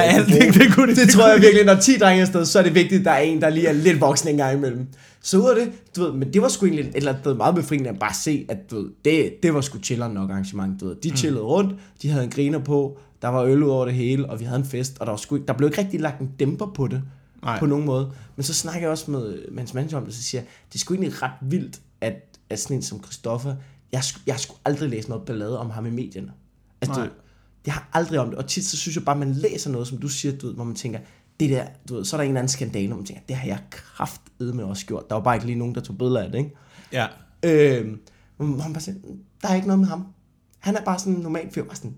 Det tror jeg virkelig, når 10 drenge er afsted, så er det vigtigt, at der er en, der lige er lidt voksen en gang imellem. Så ud af det, du ved, men det var sgu egentlig eller meget befriende at bare se, at du ved, det var sgu chilleren nok arrangement. Du ved. De chillede rundt, de havde en griner på, der var øl ud over det hele, og vi havde en fest, og der blev ikke rigtig lagt en dæmper på det. Nej. På nogen måde. Men så snakker jeg også med hans manager om det, så siger jeg, det er sgu egentlig ret vildt, at sådan en som Christoffer, jeg skulle aldrig læse noget ballade om ham i medierne. Altså, jeg har aldrig om det, og tit så synes jeg bare, man læser noget, som du siger, du ved, hvor man tænker, det der, du ved, så er der en eller anden skandale, hvor man tænker, det har jeg kraftedeme også gjort. Der var bare ikke lige nogen, der tog billeder af det, ikke? Ja. Hvor han bare siger, der er ikke noget med ham. Han er bare sådan en normal fyr, bare sådan,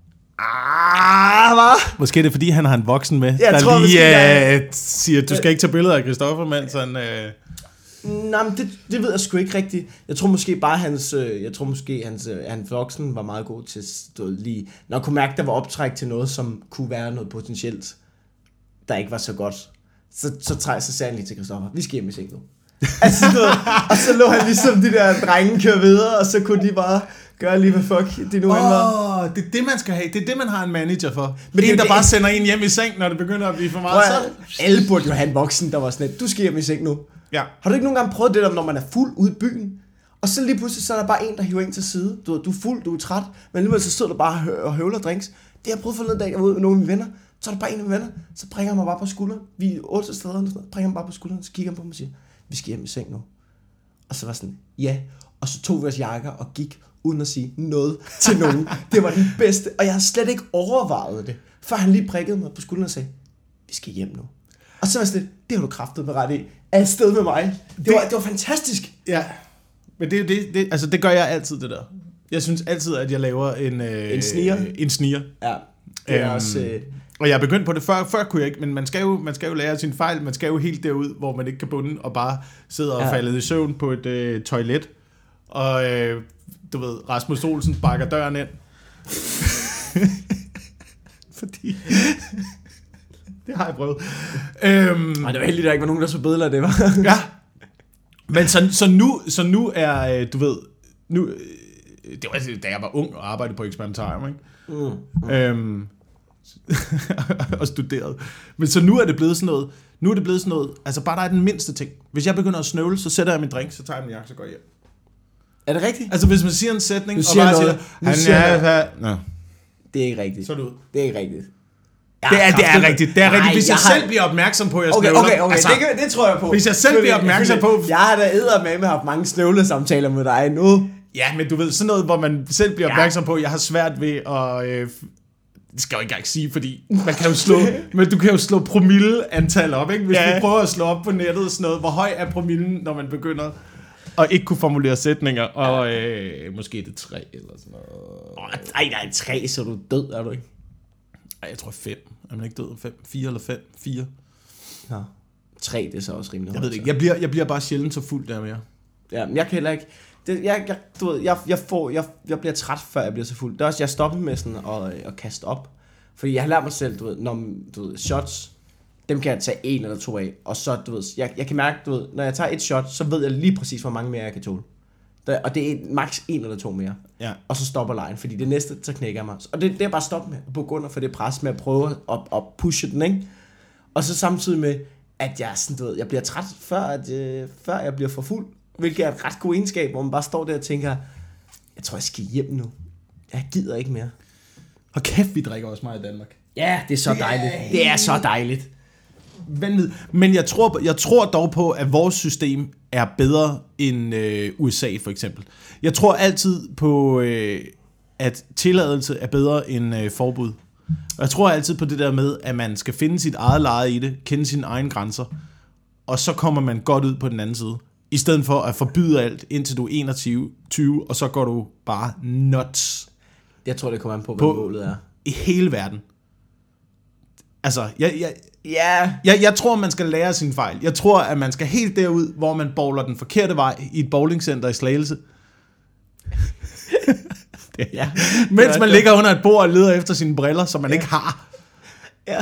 måske er det fordi han har en voksen med, jeg tror, lige siger, du skal ikke tage billeder af Christoffer, mens han nej, men det ved jeg sgu ikke rigtigt. Jeg tror måske bare hans voksen var meget god til lige, når jeg kunne mærke, der var optræk til noget, som kunne være noget potentielt, der ikke var så godt. Så sagde han lige til Christoffer, vi skal hjem i seng nu. Og så lå han ligesom de der drenge køre videre, og så kunne de bare gøre lige hvad fuck det nu end var. Det er det man skal have. Det er det man har en manager for. Men en der bare sender en hjem i seng, når det begynder at blive for meget. Alle burde jo have en voksen, der var sådan lidt, du skal hjem i seng nu. Ja. Har du ikke nogen gange prøvet det der, når man er fuld ude i byen, og så lige pludselig så er der bare en, der hiver en til side. Du er fuld, du er træt, men alligevel så sidder du bare og høvler drinks. Det har jeg prøvet forleden dag, jeg var ude med nogle af mine venner. Så er der bare en af mine venner, så bringer han mig bare på skulderen. Vi er 8 steder eller sådan noget. Bringer han bare på skulderen, så kigger han på mig og siger, vi skal hjem i seng nu. Og så var sådan, ja. Og så tog vi os jakker og gik, uden at sige noget til nogen. Det var den bedste, og jeg havde slet ikke overvejet det, før han lige prikkede mig på skulderen og sagde, vi skal hjem nu. Og så var jeg sådan, det har du kraftet med ret i. Afsted med mig. Det var fantastisk. Ja, men det gør jeg altid, det der. Jeg synes altid, at jeg laver en sniger. Ja, det er også... Og jeg er begyndt på det før kunne jeg ikke, men man skal jo lære sin fejl, man skal jo helt derud, hvor man ikke kan bunde og bare sidde og falde i søvn på et toilet, og du ved, Rasmus Olsen bakker døren ind. Fordi... det har jeg prøvet. Nej, det var heldigt, at der ikke var nogen, der så billeder af det, var. Ja. Men så nu er, du ved, nu, det var da jeg var ung og arbejdede på eksperimentarium, ikke? Og studeret. Men så nu er det blevet sådan noget, altså bare der er den mindste ting. Hvis jeg begynder at snøvle, så sætter jeg min drink, så tager jeg min jakke, så går jeg hjem. Er det rigtigt? Altså, hvis man siger en sætning, Du siger og bare noget. siger, Du siger han er... Nå, Det er ikke rigtigt. så er det ud. Det er ikke rigtigt. Det er rigtigt. Det er rigtigt. Hvis jeg selv bliver opmærksom på, at jeg snøvler... Okay. Altså, det tror jeg på. Hvis jeg selv bliver opmærksom på... Jeg har da eddermame haft mange snøvlesamtaler med dig nu. Ja, men du ved, sådan noget, hvor man selv bliver opmærksom på, at jeg har svært ved at... det skal jeg ikke engang sige, fordi man kan jo slå... men du kan jo slå promilleantal op, ikke? Hvis du prøver at slå op på nettet sådan noget. Hvor høj er promillen, når man begynder at ikke kunne formulere sætninger? Og måske det 3 eller sådan noget. Nej, 3, så er du død, er du ikke? Ej, jeg tror 5. Er man ikke død? 5? 4 eller 5? 4? Nå. 3, det er så også rimelig Jeg ved det ikke. Jeg bliver bare sjældent så fuld der mere. Ja, men jeg kan heller ikke... Du ved, jeg bliver træt, før jeg bliver så fuld. Det er også, jeg stopper med sådan at kaste op. Fordi jeg har lært mig selv, når shots, dem kan jeg tage 1 eller 2 af. Og så, jeg kan mærke, når jeg tager et shot, så ved jeg lige præcis, hvor mange mere jeg kan tåle. Og det er maks 1 eller 2 mere. Ja. Og så stopper lejen, fordi det næste, så knækker jeg mig. Og det er bare at stoppe med, på grund af for det pres med at prøve at pushe den, ikke? Og så samtidig med, at jeg, sådan, jeg bliver træt, før jeg bliver for fuld. Hvilket er et ret god egenskab, hvor man bare står der og tænker, jeg tror, jeg skal hjem nu. Jeg gider ikke mere. Og kæft, vi drikker også meget i Danmark. Ja, det er så dejligt. Det er så dejligt. Men jeg tror dog på, at vores system er bedre end USA for eksempel. Jeg tror altid på, at tilladelse er bedre end forbud. Og jeg tror altid på det der med, at man skal finde sit eget leje i det, kende sine egne grænser, og så kommer man godt ud på den anden side. I stedet for at forbyde alt, indtil du er 21, og så går du bare nuts. Jeg tror, det kommer an på, hvad målet er. I hele verden. Altså, jeg tror, man skal lære sin fejl. Jeg tror, at man skal helt derud, hvor man bowler den forkerte vej i et bowlingcenter i Slagelse. Ja. Mens man ligger under et bord og leder efter sine briller, som man ikke har. Ja.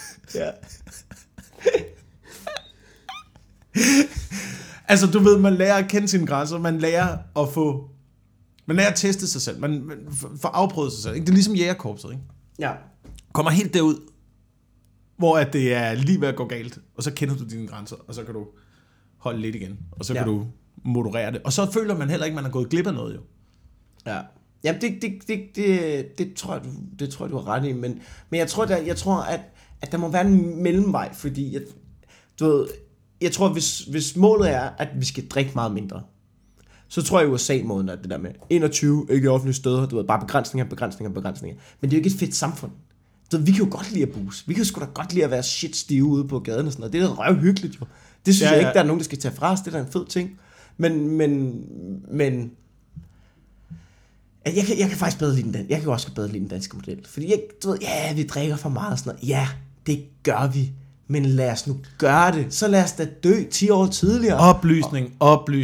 Altså, du ved, man lærer at kende sine grænser, man lærer at teste sig selv, man får afprøvet sig selv. Ikke? Det er ligesom jægerkorpset, ikke? Ja. Kommer helt derud, hvor at det er lige ved at gå galt, og så kender du dine grænser, og så kan du holde lidt igen, og så kan du moderere det. Og så føler man heller ikke, man har gået glip af noget, jo. Ja. Jamen, det tror jeg, du har ret i, men jeg tror, at der må være en mellemvej, fordi jeg tror, hvis målet er, at vi skal drikke meget mindre, så tror jeg, at USA-måden er det der med 21, ikke i offentlige steder, bare begrænsninger. Men det er jo ikke et fedt samfund. Vi kan jo godt lide at booze. Vi kan jo sgu da godt lide at være shit stive ude på gaden og sådan noget. Det er da røvhyggeligt jo. Det synes jeg ikke, der er nogen, der skal tage fra os. Det er da en fed ting. Men jeg kan faktisk bedre lide den. Jeg kan også bedre lide den danske model. Fordi vi drikker for meget og sådan noget. Ja, det gør vi. Men lad os nu gøre det. Så lad os da dø 10 år tidligere. Oplysning.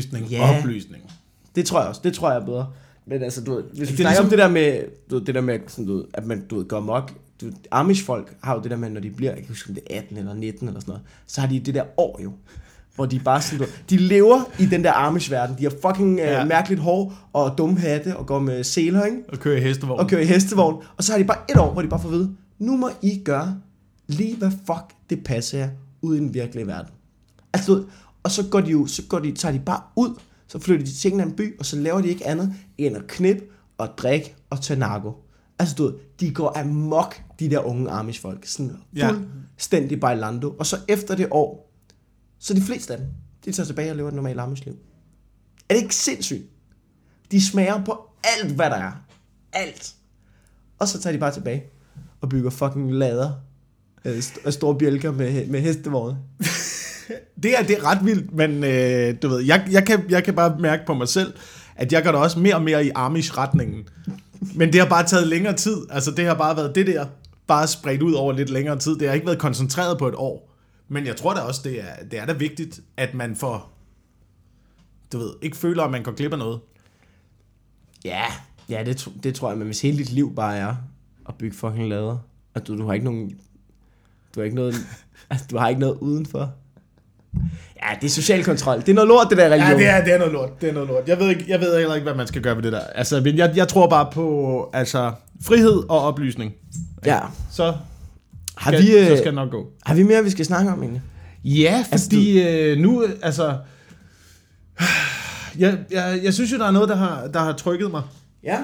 Det tror jeg også. Det tror jeg er bedre. Men altså, hvis vi snakker om det der med sådan, at man går mok. Amish-folk har jo det der med, når de bliver, jeg kan huske, om det er 18 eller 19 eller sådan noget, så har de det der år jo, hvor de bare sådan, de lever i den der Amish-verden. De har fucking mærkeligt hår og dumme hatte og går med seler, ikke? Og kører i hestevogn. Og så har de bare et år, hvor de bare får at vide, nu må I gøre lige hvad fuck det passer jer ude i den virkelige verden. Altså, og så tager de bare ud, så flytter de til en anden by, og så laver de ikke andet end at knippe og drikke og tage narko. Altså, de går amok, de der unge Amish-folk. Sådan fuldstændig bailando. Og så efter det år, så de fleste af dem, de tager tilbage og lever et normalt Amish-liv. Er det ikke sindssygt? De smager på alt, hvad der er. Alt. Og så tager de bare tilbage og bygger fucking lader af store bjælker med hestevogne. Det er ret vildt, men du ved, jeg kan bare mærke på mig selv, at jeg gør det også mere og mere i Amish-retningen. Men det har bare taget længere tid. Altså, det har bare været det der, bare spredt ud over lidt længere tid. Det har ikke været koncentreret på et år. Men jeg tror da også, det er da vigtigt, at man får, du ved, ikke føler, at man går glip af noget. Ja, det tror jeg, men hvis hele dit liv bare er at bygge fucking lader, og du har ikke nogen, du har ikke noget udenfor. Ja, det er social kontrol. Det er noget lort, det der religion. Ja, det er noget lort. Jeg ved heller ikke, hvad man skal gøre ved det der. Altså, men jeg tror bare på frihed og oplysning. Ja. Så skal det nok gå. Har vi mere, vi skal snakke om egentlig? Ja, fordi nu, altså... Jeg synes jo, der er noget, der har trykket mig. Ja.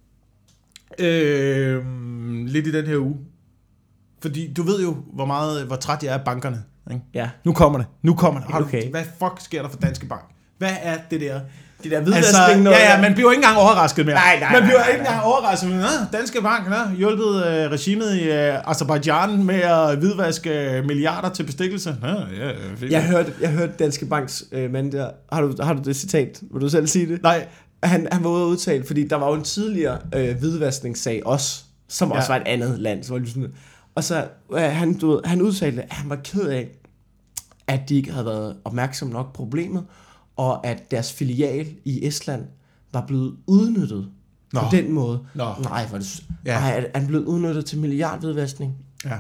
Lidt i den her uge. Fordi du ved jo, hvor træt jeg er af bankerne. Ikke? Ja. Nu kommer det. Okay. Hvad fuck sker der for Danske Bank? Hvad er det der? Det der hvidvaskning noget. Ja, man bliver ikke engang overrasket mere. Nej. Man bliver ikke engang overrasket mere. Danske Bank har hjulpet regimet i Aserbajdsjan med at hvidvaske milliarder til bestikkelse. Jeg hørte Danske Banks mand der. Har du det citat? Vil du selv sige det? Nej. Han var ude at udtale, fordi der var jo en tidligere hvidvaskningssag også, som også var et andet land. Så var det sådan, og så han udtalte, at han var ked af, at de ikke havde været opmærksom nok på problemet, og at deres filial i Estland var blevet udnyttet på den måde. Nej, var det han blev udnyttet til milliardhvidvaskning. Ja.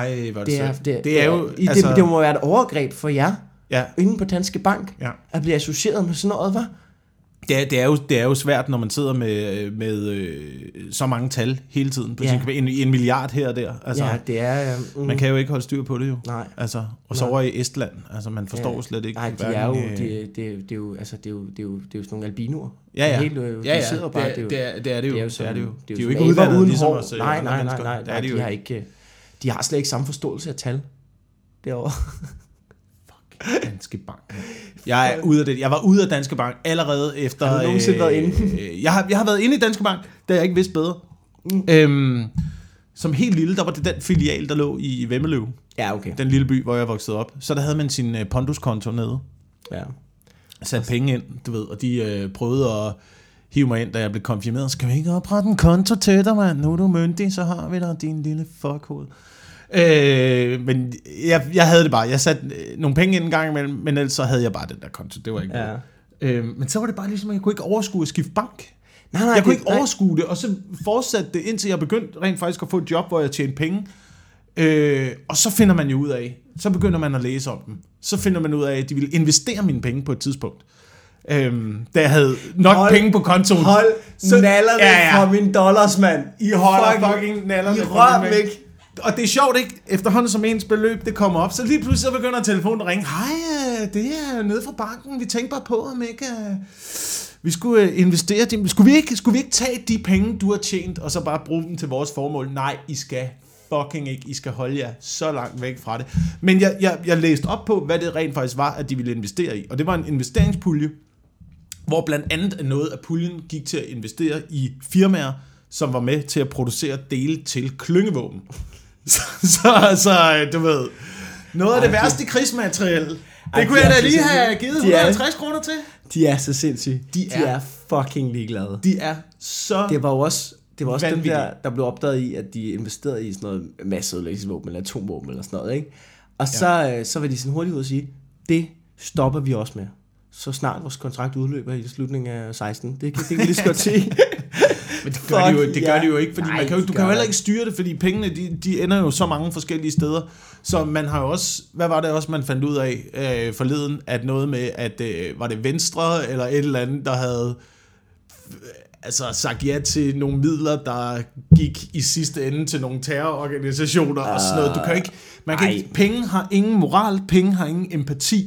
Det må være et overgreb for jer inde på Danske Bank at blive associeret med sådan noget, hva'? Det er jo svært, når man sidder med så mange tal hele tiden. En milliard her og der. Altså, det er... Man kan jo ikke holde styr på det jo. Nej. Altså, og så over i Estland. Altså, man forstår slet ikke. Nej, det er jo sådan nogle albinoer. Ja. Helt, det er det jo. Det er jo ikke uddannet ligesom os. Nej. De har slet ikke samme forståelse af tal derovre. Danske Bank. Jeg er ude af det. Jeg var ude af Danske Bank allerede efter... Har du nogensinde været inde? Jeg har været inde i Danske Bank, da jeg ikke vidste bedre. Som helt lille, der var det den filial, der lå i Vemmeløv. Ja, okay. Den lille by, hvor jeg voksede op. Så der havde man sin ponduskonto nede. Ja. Satte penge ind, du ved, og de prøvede at hive mig ind, da jeg blev konfirmeret. Skal vi ikke oprette en konto til dig, mand? Nu er du myndig, så har vi dig, din lille fuckhoved. Men jeg havde det bare. Jeg satte nogle penge ind en gang imellem, men ellers så havde jeg bare den der konto. Det var ikke noget. Men så var det bare ligesom, at jeg kunne ikke overskue at skifte bank. Jeg kunne ikke overskue det, og så fortsatte det, indtil jeg begyndte rent faktisk at få et job, hvor jeg tjente penge. Og så finder man jo ud af, så begynder man at læse om dem. Så finder man ud af, at de ville investere mine penge på et tidspunkt. Da jeg havde nok penge på kontoen. Hold nallerne fra mine dollars, mand. I holder fucking nallerne fra mine væk. Og det er sjovt, ikke? Efterhånden som ens beløb det kommer op, så lige pludselig så begynder telefonen at ringe. Hej, det er nede fra banken. Vi tænkte bare på, om ikke vi skulle investere dem. Skulle vi ikke tage de penge, du har tjent, og så bare bruge dem til vores formål? Nej, I skal fucking ikke. I skal holde jer så langt væk fra det. Men jeg læste op på, hvad det rent faktisk var, at de ville investere i. Og det var en investeringspulje, hvor blandt andet noget af puljen gik til at investere i firmaer, som var med til at producere dele til klyngevåben. Så du ved, noget af det værste krigsmateriel. Det kunne jeg da lige have givet 150 kroner til. De er så sindssyge. De er fucking ligeglade. De er så Det var også dem der blev opdaget i, at de investerede i sådan noget masseødelæggelsesvåben eller atomvåben eller sådan noget, ikke? Og så var de sådan hurtigt ud at sige, det stopper vi også med. Så snart vores kontrakt udløber i slutningen af 16. Det kan vi lige så godt sige. Men det gør de jo ikke, fordi du kan jo heller ikke styre det, fordi pengene, de ender jo så mange forskellige steder. Så man har jo også, hvad var det også, man fandt ud af forleden, at noget med, at var det Venstre eller et eller andet, der havde sagt ja til nogle midler, der gik i sidste ende til nogle terrororganisationer og sådan noget. Du kan ikke, penge har ingen moral, penge har ingen empati.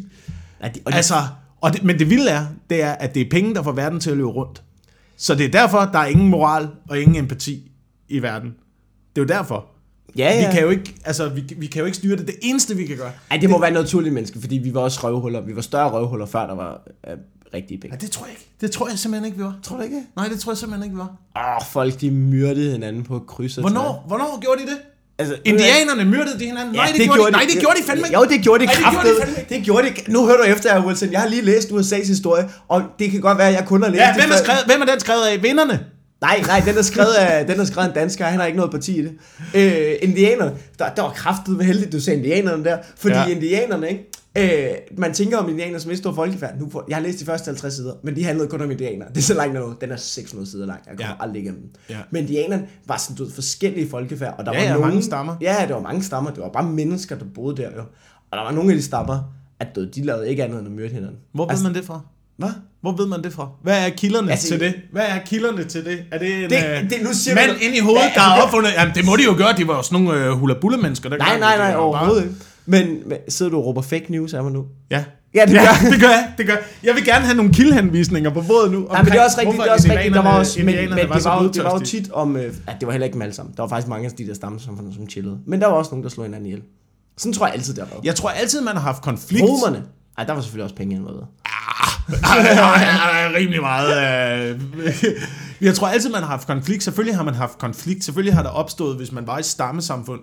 Men det vilde det er, at det er penge, der får verden til at løbe rundt. Så det er derfor, der er ingen moral og ingen empati i verden. Det er jo derfor. Ja. Vi kan jo ikke, vi kan jo ikke styre det. Det eneste, vi kan gøre... det må være noget naturligt menneske, fordi vi var også røvhuller. Vi var større røvhuller, før der var rigtige penge. Det tror jeg ikke. Det tror jeg simpelthen ikke, vi var. Tror du ikke? Nej, det tror jeg simpelthen ikke, vi var. Folk, de myrdede hinanden på kryds. Hvornår gjorde de det? Indianerne myrdede de hinanden? Ja, Nej, det gjorde de fandme ikke. Jo, det gjorde de kraftigt. Det gjorde de. Nu hører du efter, Wilson. Jeg har lige læst USA's historie, og det kan godt være, at jeg kun har læst hvem er den skrevet af? Vinderne? Nej, den er skrevet af en dansker. Han har ikke noget parti i det. Indianerne, der var kraftigt heldigt, du sagde indianerne der, fordi indianerne, ikke? Man tænker om indianer som et stort folkefærd. Jeg har læst de første 50 sider, men de handlede kun om indianer. Det er så langt noget. Den er 600 sider lang. Jeg kommer aldrig igennem den. Ja. Men indianerne var sådan forskellige folkefærd, og der var nogle mange stammer. Ja, der var mange stammer. Det var bare mennesker, der boede der jo. Og der var nogle af de stammer, at de lavede ikke andet end at myrde hinanden. Hvor ved man det fra? Hvad? Hvor ved man det fra? Hvad er kilderne til det? Er det en nu siger mand ind i hovedet, der har opfundet? Jamen, det må de jo gøre. De var jo sådan nogle hula-bulla-mennesker. Nej, overhovedet ikke. Men sidder du og råber fake news af mig nu? Ja. Ja, det gør jeg. Det gør jeg. Jeg vil gerne have nogle kildhenvisninger på båden nu. Ja, men det er også rigtigt. Der var også, men det var jo tit. tit om... det var heller ikke dem alle sammen. Der var faktisk mange af de der stammesamfund, som chillede. Men der var også nogen, der slog hinanden ihjel. Sådan tror jeg altid, det har været. Jeg tror altid, man har haft konflikt. Romerne. Ej, der var selvfølgelig også penge involveret. Rimelig meget. Jeg tror altid, man har haft konflikt. Selvfølgelig har man haft konflikt. Selvfølgelig har der opstået, hvis man var i stammesamfund,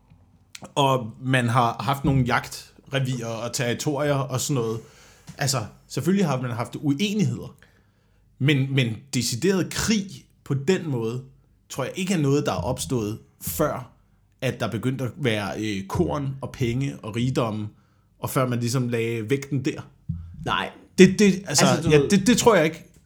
og man har haft nogle jagtrevier og territorier og sådan noget. Altså, selvfølgelig har man haft uenigheder. Men decideret krig på den måde, tror jeg ikke er noget, der er opstået før, at der begyndte at være korn og penge og rigdomme, og før man ligesom lagde vægten der. Nej. Det tror jeg ikke.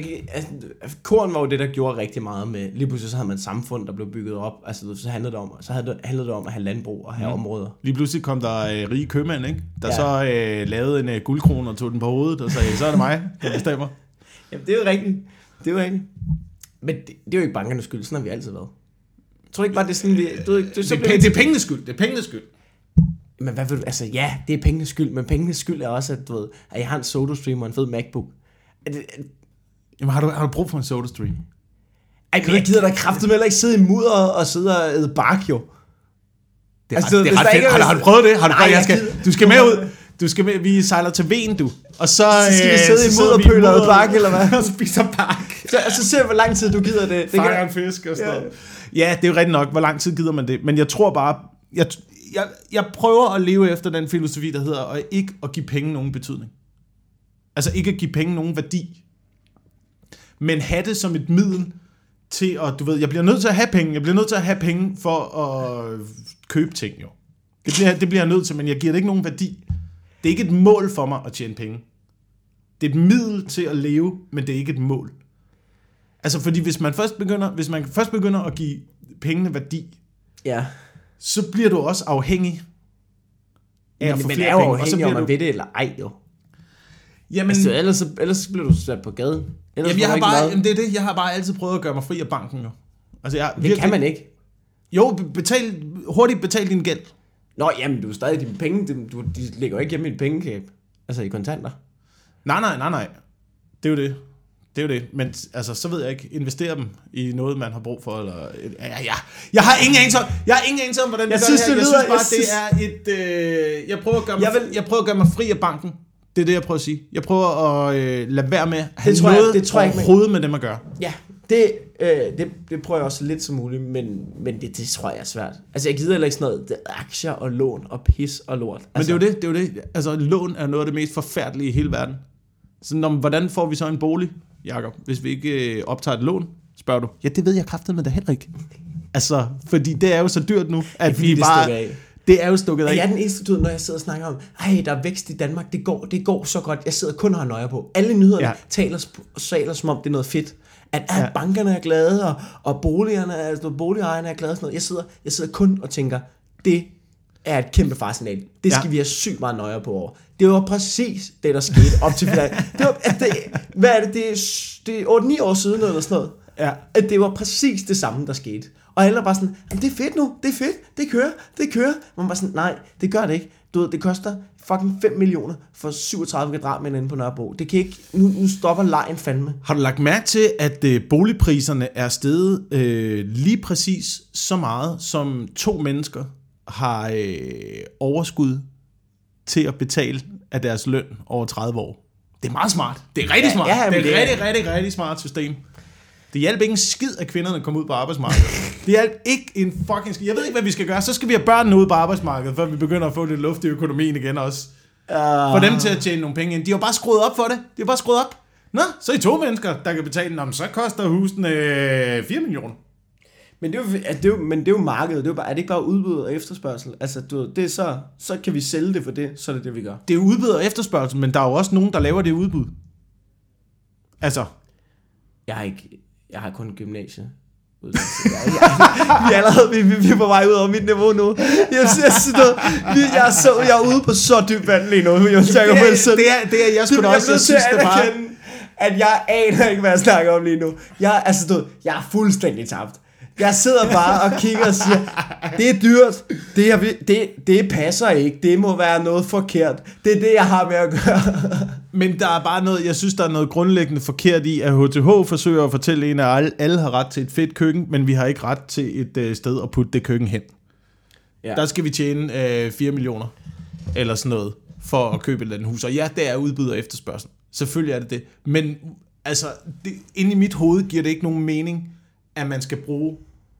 Korn var jo det, der gjorde rigtig meget med. Lige pludselig så havde man et samfund, der blev bygget op. Altså, så handlede det om at have landbrug og have områder. Lige pludselig kom der rige købmænd, ikke? Der så lavede en guldkrone og tog den på hovedet, og sagde, så er det mig, der bestemmer. Jamen, det er jo rigtigt. Men det er jo ikke bankernes skyld. Sådan har vi altid været. Jeg tror ikke bare, det er sådan, det er pengenes skyld. Det er pengenes skyld. Men hvad vil du... Altså, ja, det er pengenes skyld, men pengenes skyld er også, at jeg har en SodaStream og en fed MacBook. Jamen, har du brug for en SodaStream? Ej, men jeg gider da kraftedeme heller ikke sidde i mudder og sidde og æde bark, jo. Det er ret fedt. Har du prøvet det? Du skal med ud. Du skal med, vi sejler til Ven, du. Og så skal vi sidde i mudderpøl og æde bark, eller hvad? Og spiser bark. Så ser vi, hvor lang tid du gider det. Fanger en fisk og sådan noget. Ja, det er jo rigtigt nok. Hvor lang tid gider man det? Men jeg tror bare... Jeg prøver at leve efter den filosofi, der hedder at ikke at give penge nogen betydning. Altså ikke at give penge nogen værdi. Men have det som et middel til at, du ved, jeg bliver nødt til at have penge. Jeg bliver nødt til at have penge for at købe ting, jo. Det bliver jeg nødt til, men jeg giver det ikke nogen værdi. Det er ikke et mål for mig at tjene penge. Det er et middel til at leve, men det er ikke et mål. Altså, fordi hvis man først begynder at give pengene værdi, ja, så bliver du også afhængig af at få flere penge. Men er jo afhængig, om man ved det eller ej, jo. Jamen, altså, ellers bliver du sat på gaden. Jamen, jeg har bare altid prøvet at gøre mig fri af banken, jo. Altså, det kan man ikke. Jo, hurtigt betal din gæld. Nå, jamen, du er stadig dine penge, de ligger jo ikke hjemme i et pengekæb. Altså i kontanter. Nej. Det er jo det. Det er jo det. Men altså, så ved jeg ikke, investere dem i noget, man har brug for, eller... Jeg har ingen anelse om, hvordan det gør det her. Jeg synes bare, det er et... Jeg prøver at gøre mig fri af banken. Det er det, jeg prøver at sige. Jeg prøver at lade være med at have noget overhovedet med det, man gør. Ja, det prøver jeg også lidt som muligt, men det tror jeg er svært. Altså, jeg gider heller ikke sådan noget, det er aktier og lån og pis og lort. Altså, men det er jo det. Altså, lån er noget af det mest forfærdelige i hele verden. Så hvordan får vi så en bolig, Jakob, hvis vi ikke optager et lån, spørger du? Ja, det ved jeg kraftedeme da heller ikke. Altså, fordi det er jo så dyrt nu, at vi bare... Det er jo stukket af. Jeg er den eneste, når jeg sidder og snakker om, der er vækst i Danmark, det går så godt. Jeg sidder kun og har nøje på. Alle nyhederne taler som om det er noget fedt. At bankerne er glade, og boligejerne er glade. Sådan noget. Jeg sidder kun og tænker, det er et kæmpe farsignal. Det skal vi have sygt meget nøje på over. Det var præcis det, der skete op til finalen. Hvad er det? Det er 8-9 år siden eller sådan noget. Ja. At det var præcis det samme, der skete. Og alle er bare sådan, det er fedt nu, det er fedt, det kører. Man var sådan, nej, det gør det ikke. Du ved, det koster fucking 5 millioner for 37 kvadratmeter inde på Nørrebro. Det kan ikke, nu stopper lejen fandme. Har du lagt mærke til, at boligpriserne er steget lige præcis så meget, som 2 mennesker har overskud til at betale af deres løn over 30 år? Det er meget smart. Det er rigtig smart. Ja, det er rigtig smart system. Det hjalp ikke en skid, at kvinderne kom ud på arbejdsmarkedet. Det hjalp ikke en fucking skid. Jeg ved ikke, hvad vi skal gøre. Så skal vi have børnene ud på arbejdsmarkedet, før vi begynder at få lidt luft i økonomien igen også. For dem til at tjene nogle penge ind. De har bare skruet op for det. De har bare skruet op. Nå, så er I 2 mennesker, der kan betale dem. Så koster husen 4 millioner. Men det er jo markedet. Er det ikke bare udbud og efterspørgsel? Altså, det er så kan vi sælge det for det, så er det vi gør. Det er udbud og efterspørgsel, men der er jo også nogen, der laver det udbud. Altså. Jeg har kun gymnasie. Vi er på vej ud over mit niveau nu. Jeg er ude på så dyb vand lige nu. Jeg synes at jeg aner ikke, hvad jeg snakker om lige nu. Jeg er fuldstændig tabt. Jeg sidder bare og kigger og siger, det er dyrt, det passer ikke, det må være noget forkert. Det er det, jeg har med at gøre. Men der er bare noget, jeg synes, der er noget grundlæggende forkert i, at HTH forsøger at fortælle en, at alle har ret til et fedt køkken, men vi har ikke ret til et sted at putte det køkken hen. Ja. Der skal vi tjene 4 millioner, eller sådan noget, for at købe et eller andet hus. Og ja, det er udbud og efterspørgsel. Selvfølgelig er det det. Men altså, inde i mit hoved giver det ikke nogen mening, at man skal bruge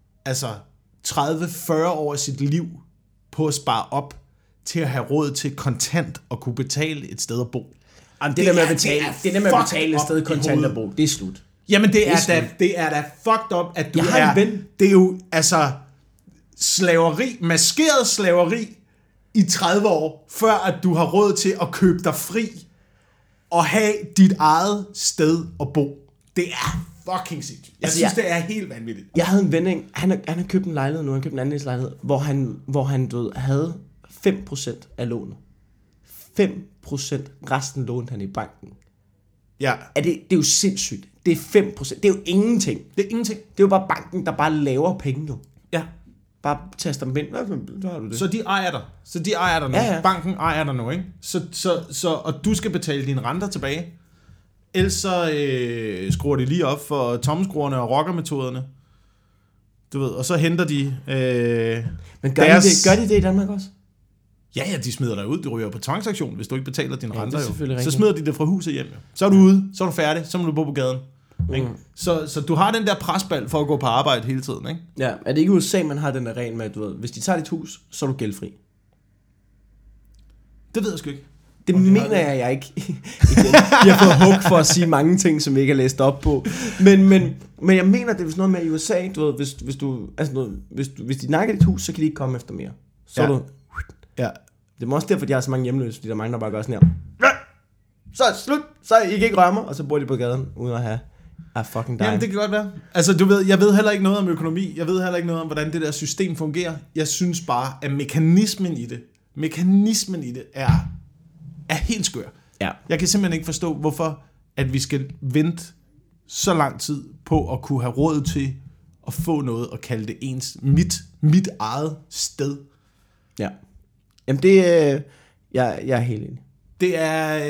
30-40 år af sit liv på at spare op til at have råd til kontant og kunne betale et sted at bo. Jamen, det der med at betale et sted kontant at bo, det er slut. Jamen, det er da fucked up, at du det er jo, slaveri, maskeret slaveri i 30 år, før at du har råd til at købe dig fri og have dit eget sted at bo. Det er fucking sindssygt. Jeg synes, det er helt vanvittigt. Jeg havde en ven, han har købt en lejlighed nu, han købte en andelslejlighed, hvor han havde 5% af lånet. 5%, resten lånte han i banken. Ja. Det er jo sindssygt. Det er 5%. Det er jo ingenting. Det er ingenting. Det er jo bare banken, der bare laver penge jo. Ja. Bare taster dem ind. Så har du det. Så de ejer dig nu. Ja. Banken ejer dig nu, ikke? Og du skal betale dine renter tilbage. Ellers så skruer de lige op for tommelskruerne og rockermetoderne. Du ved, og så henter de Men gør de det i Danmark også? Ja, de smider dig ud. Du ryger på tvangsaktion, hvis du ikke betaler dine renter. Jo. Så smider de det fra huset hjem. Så er du ude, så er du færdig, så må du bo på gaden. Så du har den der presbald for at gå på arbejde hele tiden, ikke? Ja, er det ikke i USA, man har den der regel med, at du ved, hvis de tager dit hus, så er du gældfri? Det ved jeg sgu ikke. Det mener jeg ikke. Jeg har fået hug for at sige mange ting, som vi ikke har læst op på. Men jeg mener, det er sådan noget med i USA, du ved, hvis de nakker dit hus, så kan de ikke komme efter mere. Så du... Ja. Det er også derfor, de har så mange hjemløse, fordi der er mange, der bare gør sådan her. Så er det slut, så I kan ikke røre mig, og så bor de på gaden, uden at have fucking dig. Jamen, det kan godt være. Altså, du ved, jeg ved heller ikke noget om økonomi. Jeg ved heller ikke noget om, hvordan det der system fungerer. Jeg synes bare, at mekanismen i det er helt skør. Ja. Jeg kan simpelthen ikke forstå, hvorfor at vi skal vente så lang tid på at kunne have råd til at få noget og kalde det mit eget sted. Ja. Jamen det jeg er helt enig. Det er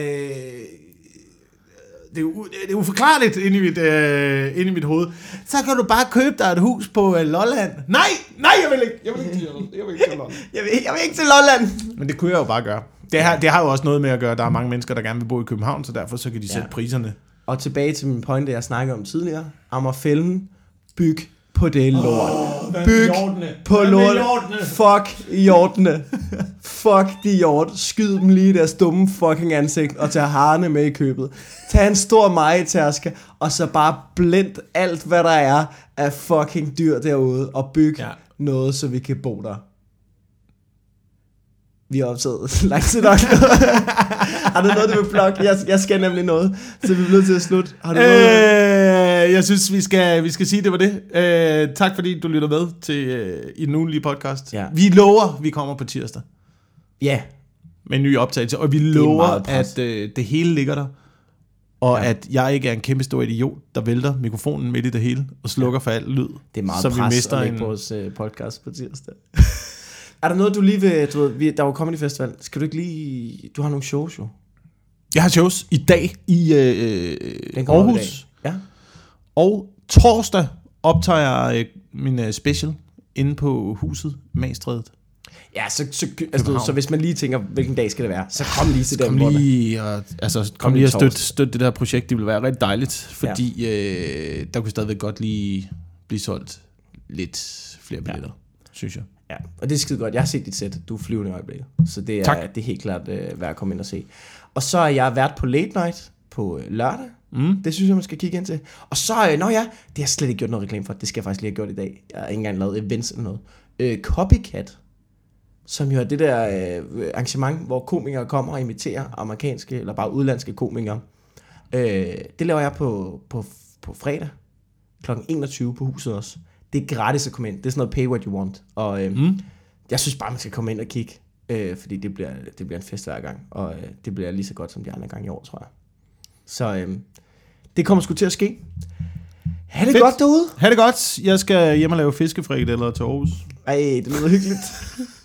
uforklarligt inde i mit hoved. Så kan du bare købe dig et hus på Lolland. Nej, jeg vil ikke. Jeg vil ikke til Lolland. Jeg vil ikke til Lolland. Men det kunne jeg jo bare gøre. Det har jo også noget med at gøre. Der er mange mennesker, der gerne vil bo i København, så derfor så kan de sætte priserne. Og tilbage til min pointe, jeg snakkede om tidligere. Amagerfælden, byg på det lort. Byg på lort. Fuck hjortene. Fuck de hjort. Skyd dem lige i deres dumme fucking ansigt og tag harene med i købet. Tag en stor mejetærske og så bare blend alt hvad der er af fucking dyr derude og byg noget, så vi kan bo der. Vi har optaget lang tid nok. Har du noget, du vil plukke? Jeg skal nemlig noget, så vi er nødt til at slutte. Har du noget? Jeg synes, vi skal sige, det var det. Tak fordi du lytter med til i den ugenlige podcast. Ja. Vi lover, vi kommer på tirsdag. Ja. Med en ny optagelse. Og vi lover, at det hele ligger der. Og at jeg ikke er en kæmpe stor idiot, der vælter mikrofonen midt i det hele og slukker for alt lyd. Det er meget så pres at lægge på vores podcast på tirsdag. Er der noget, du lige vil... der var Comedy Festival. Skal du ikke lige... Du har nogle shows, jo. Jeg har shows i dag i Aarhus. Ja. Og torsdag optager jeg min special inde på huset Magstrædet. Ja, så hvis man lige tænker, hvilken dag skal det være, så kom lige til den. Kom lige og støtte det der projekt. Det vil være rigtig dejligt, fordi der kunne stadigvæk godt lige blive solgt lidt flere billetter, synes jeg. Ja, og det er skide godt. Jeg har set dit sæt. Du er flyvende i øjeblikket. Så det er helt klart værd at komme ind og se. Og så er jeg vært på Late Night på lørdag. Det synes jeg, man skal kigge ind til. Og så, det har jeg slet ikke gjort noget reklame for. Det skal jeg faktisk lige have gjort i dag. Jeg har ikke engang lavet events eller noget. Copycat, som jo er det der arrangement, hvor komikere kommer og imiterer amerikanske eller bare udlandske komikere. Det laver jeg på fredag kl. 21 på huset også. Det er gratis at komme ind. Det er sådan noget pay what you want. Og jeg synes bare, man skal komme ind og kigge. Fordi det bliver en fest hver gang. Og det bliver lige så godt som de andre gange i år, tror jeg. Så det kommer sgu til at ske. Ha' det Fedt. godt derude. Ha' det godt. Jeg skal hjem og lave fiskefrikadeller til Aarhus. Ej, det lyder hyggeligt.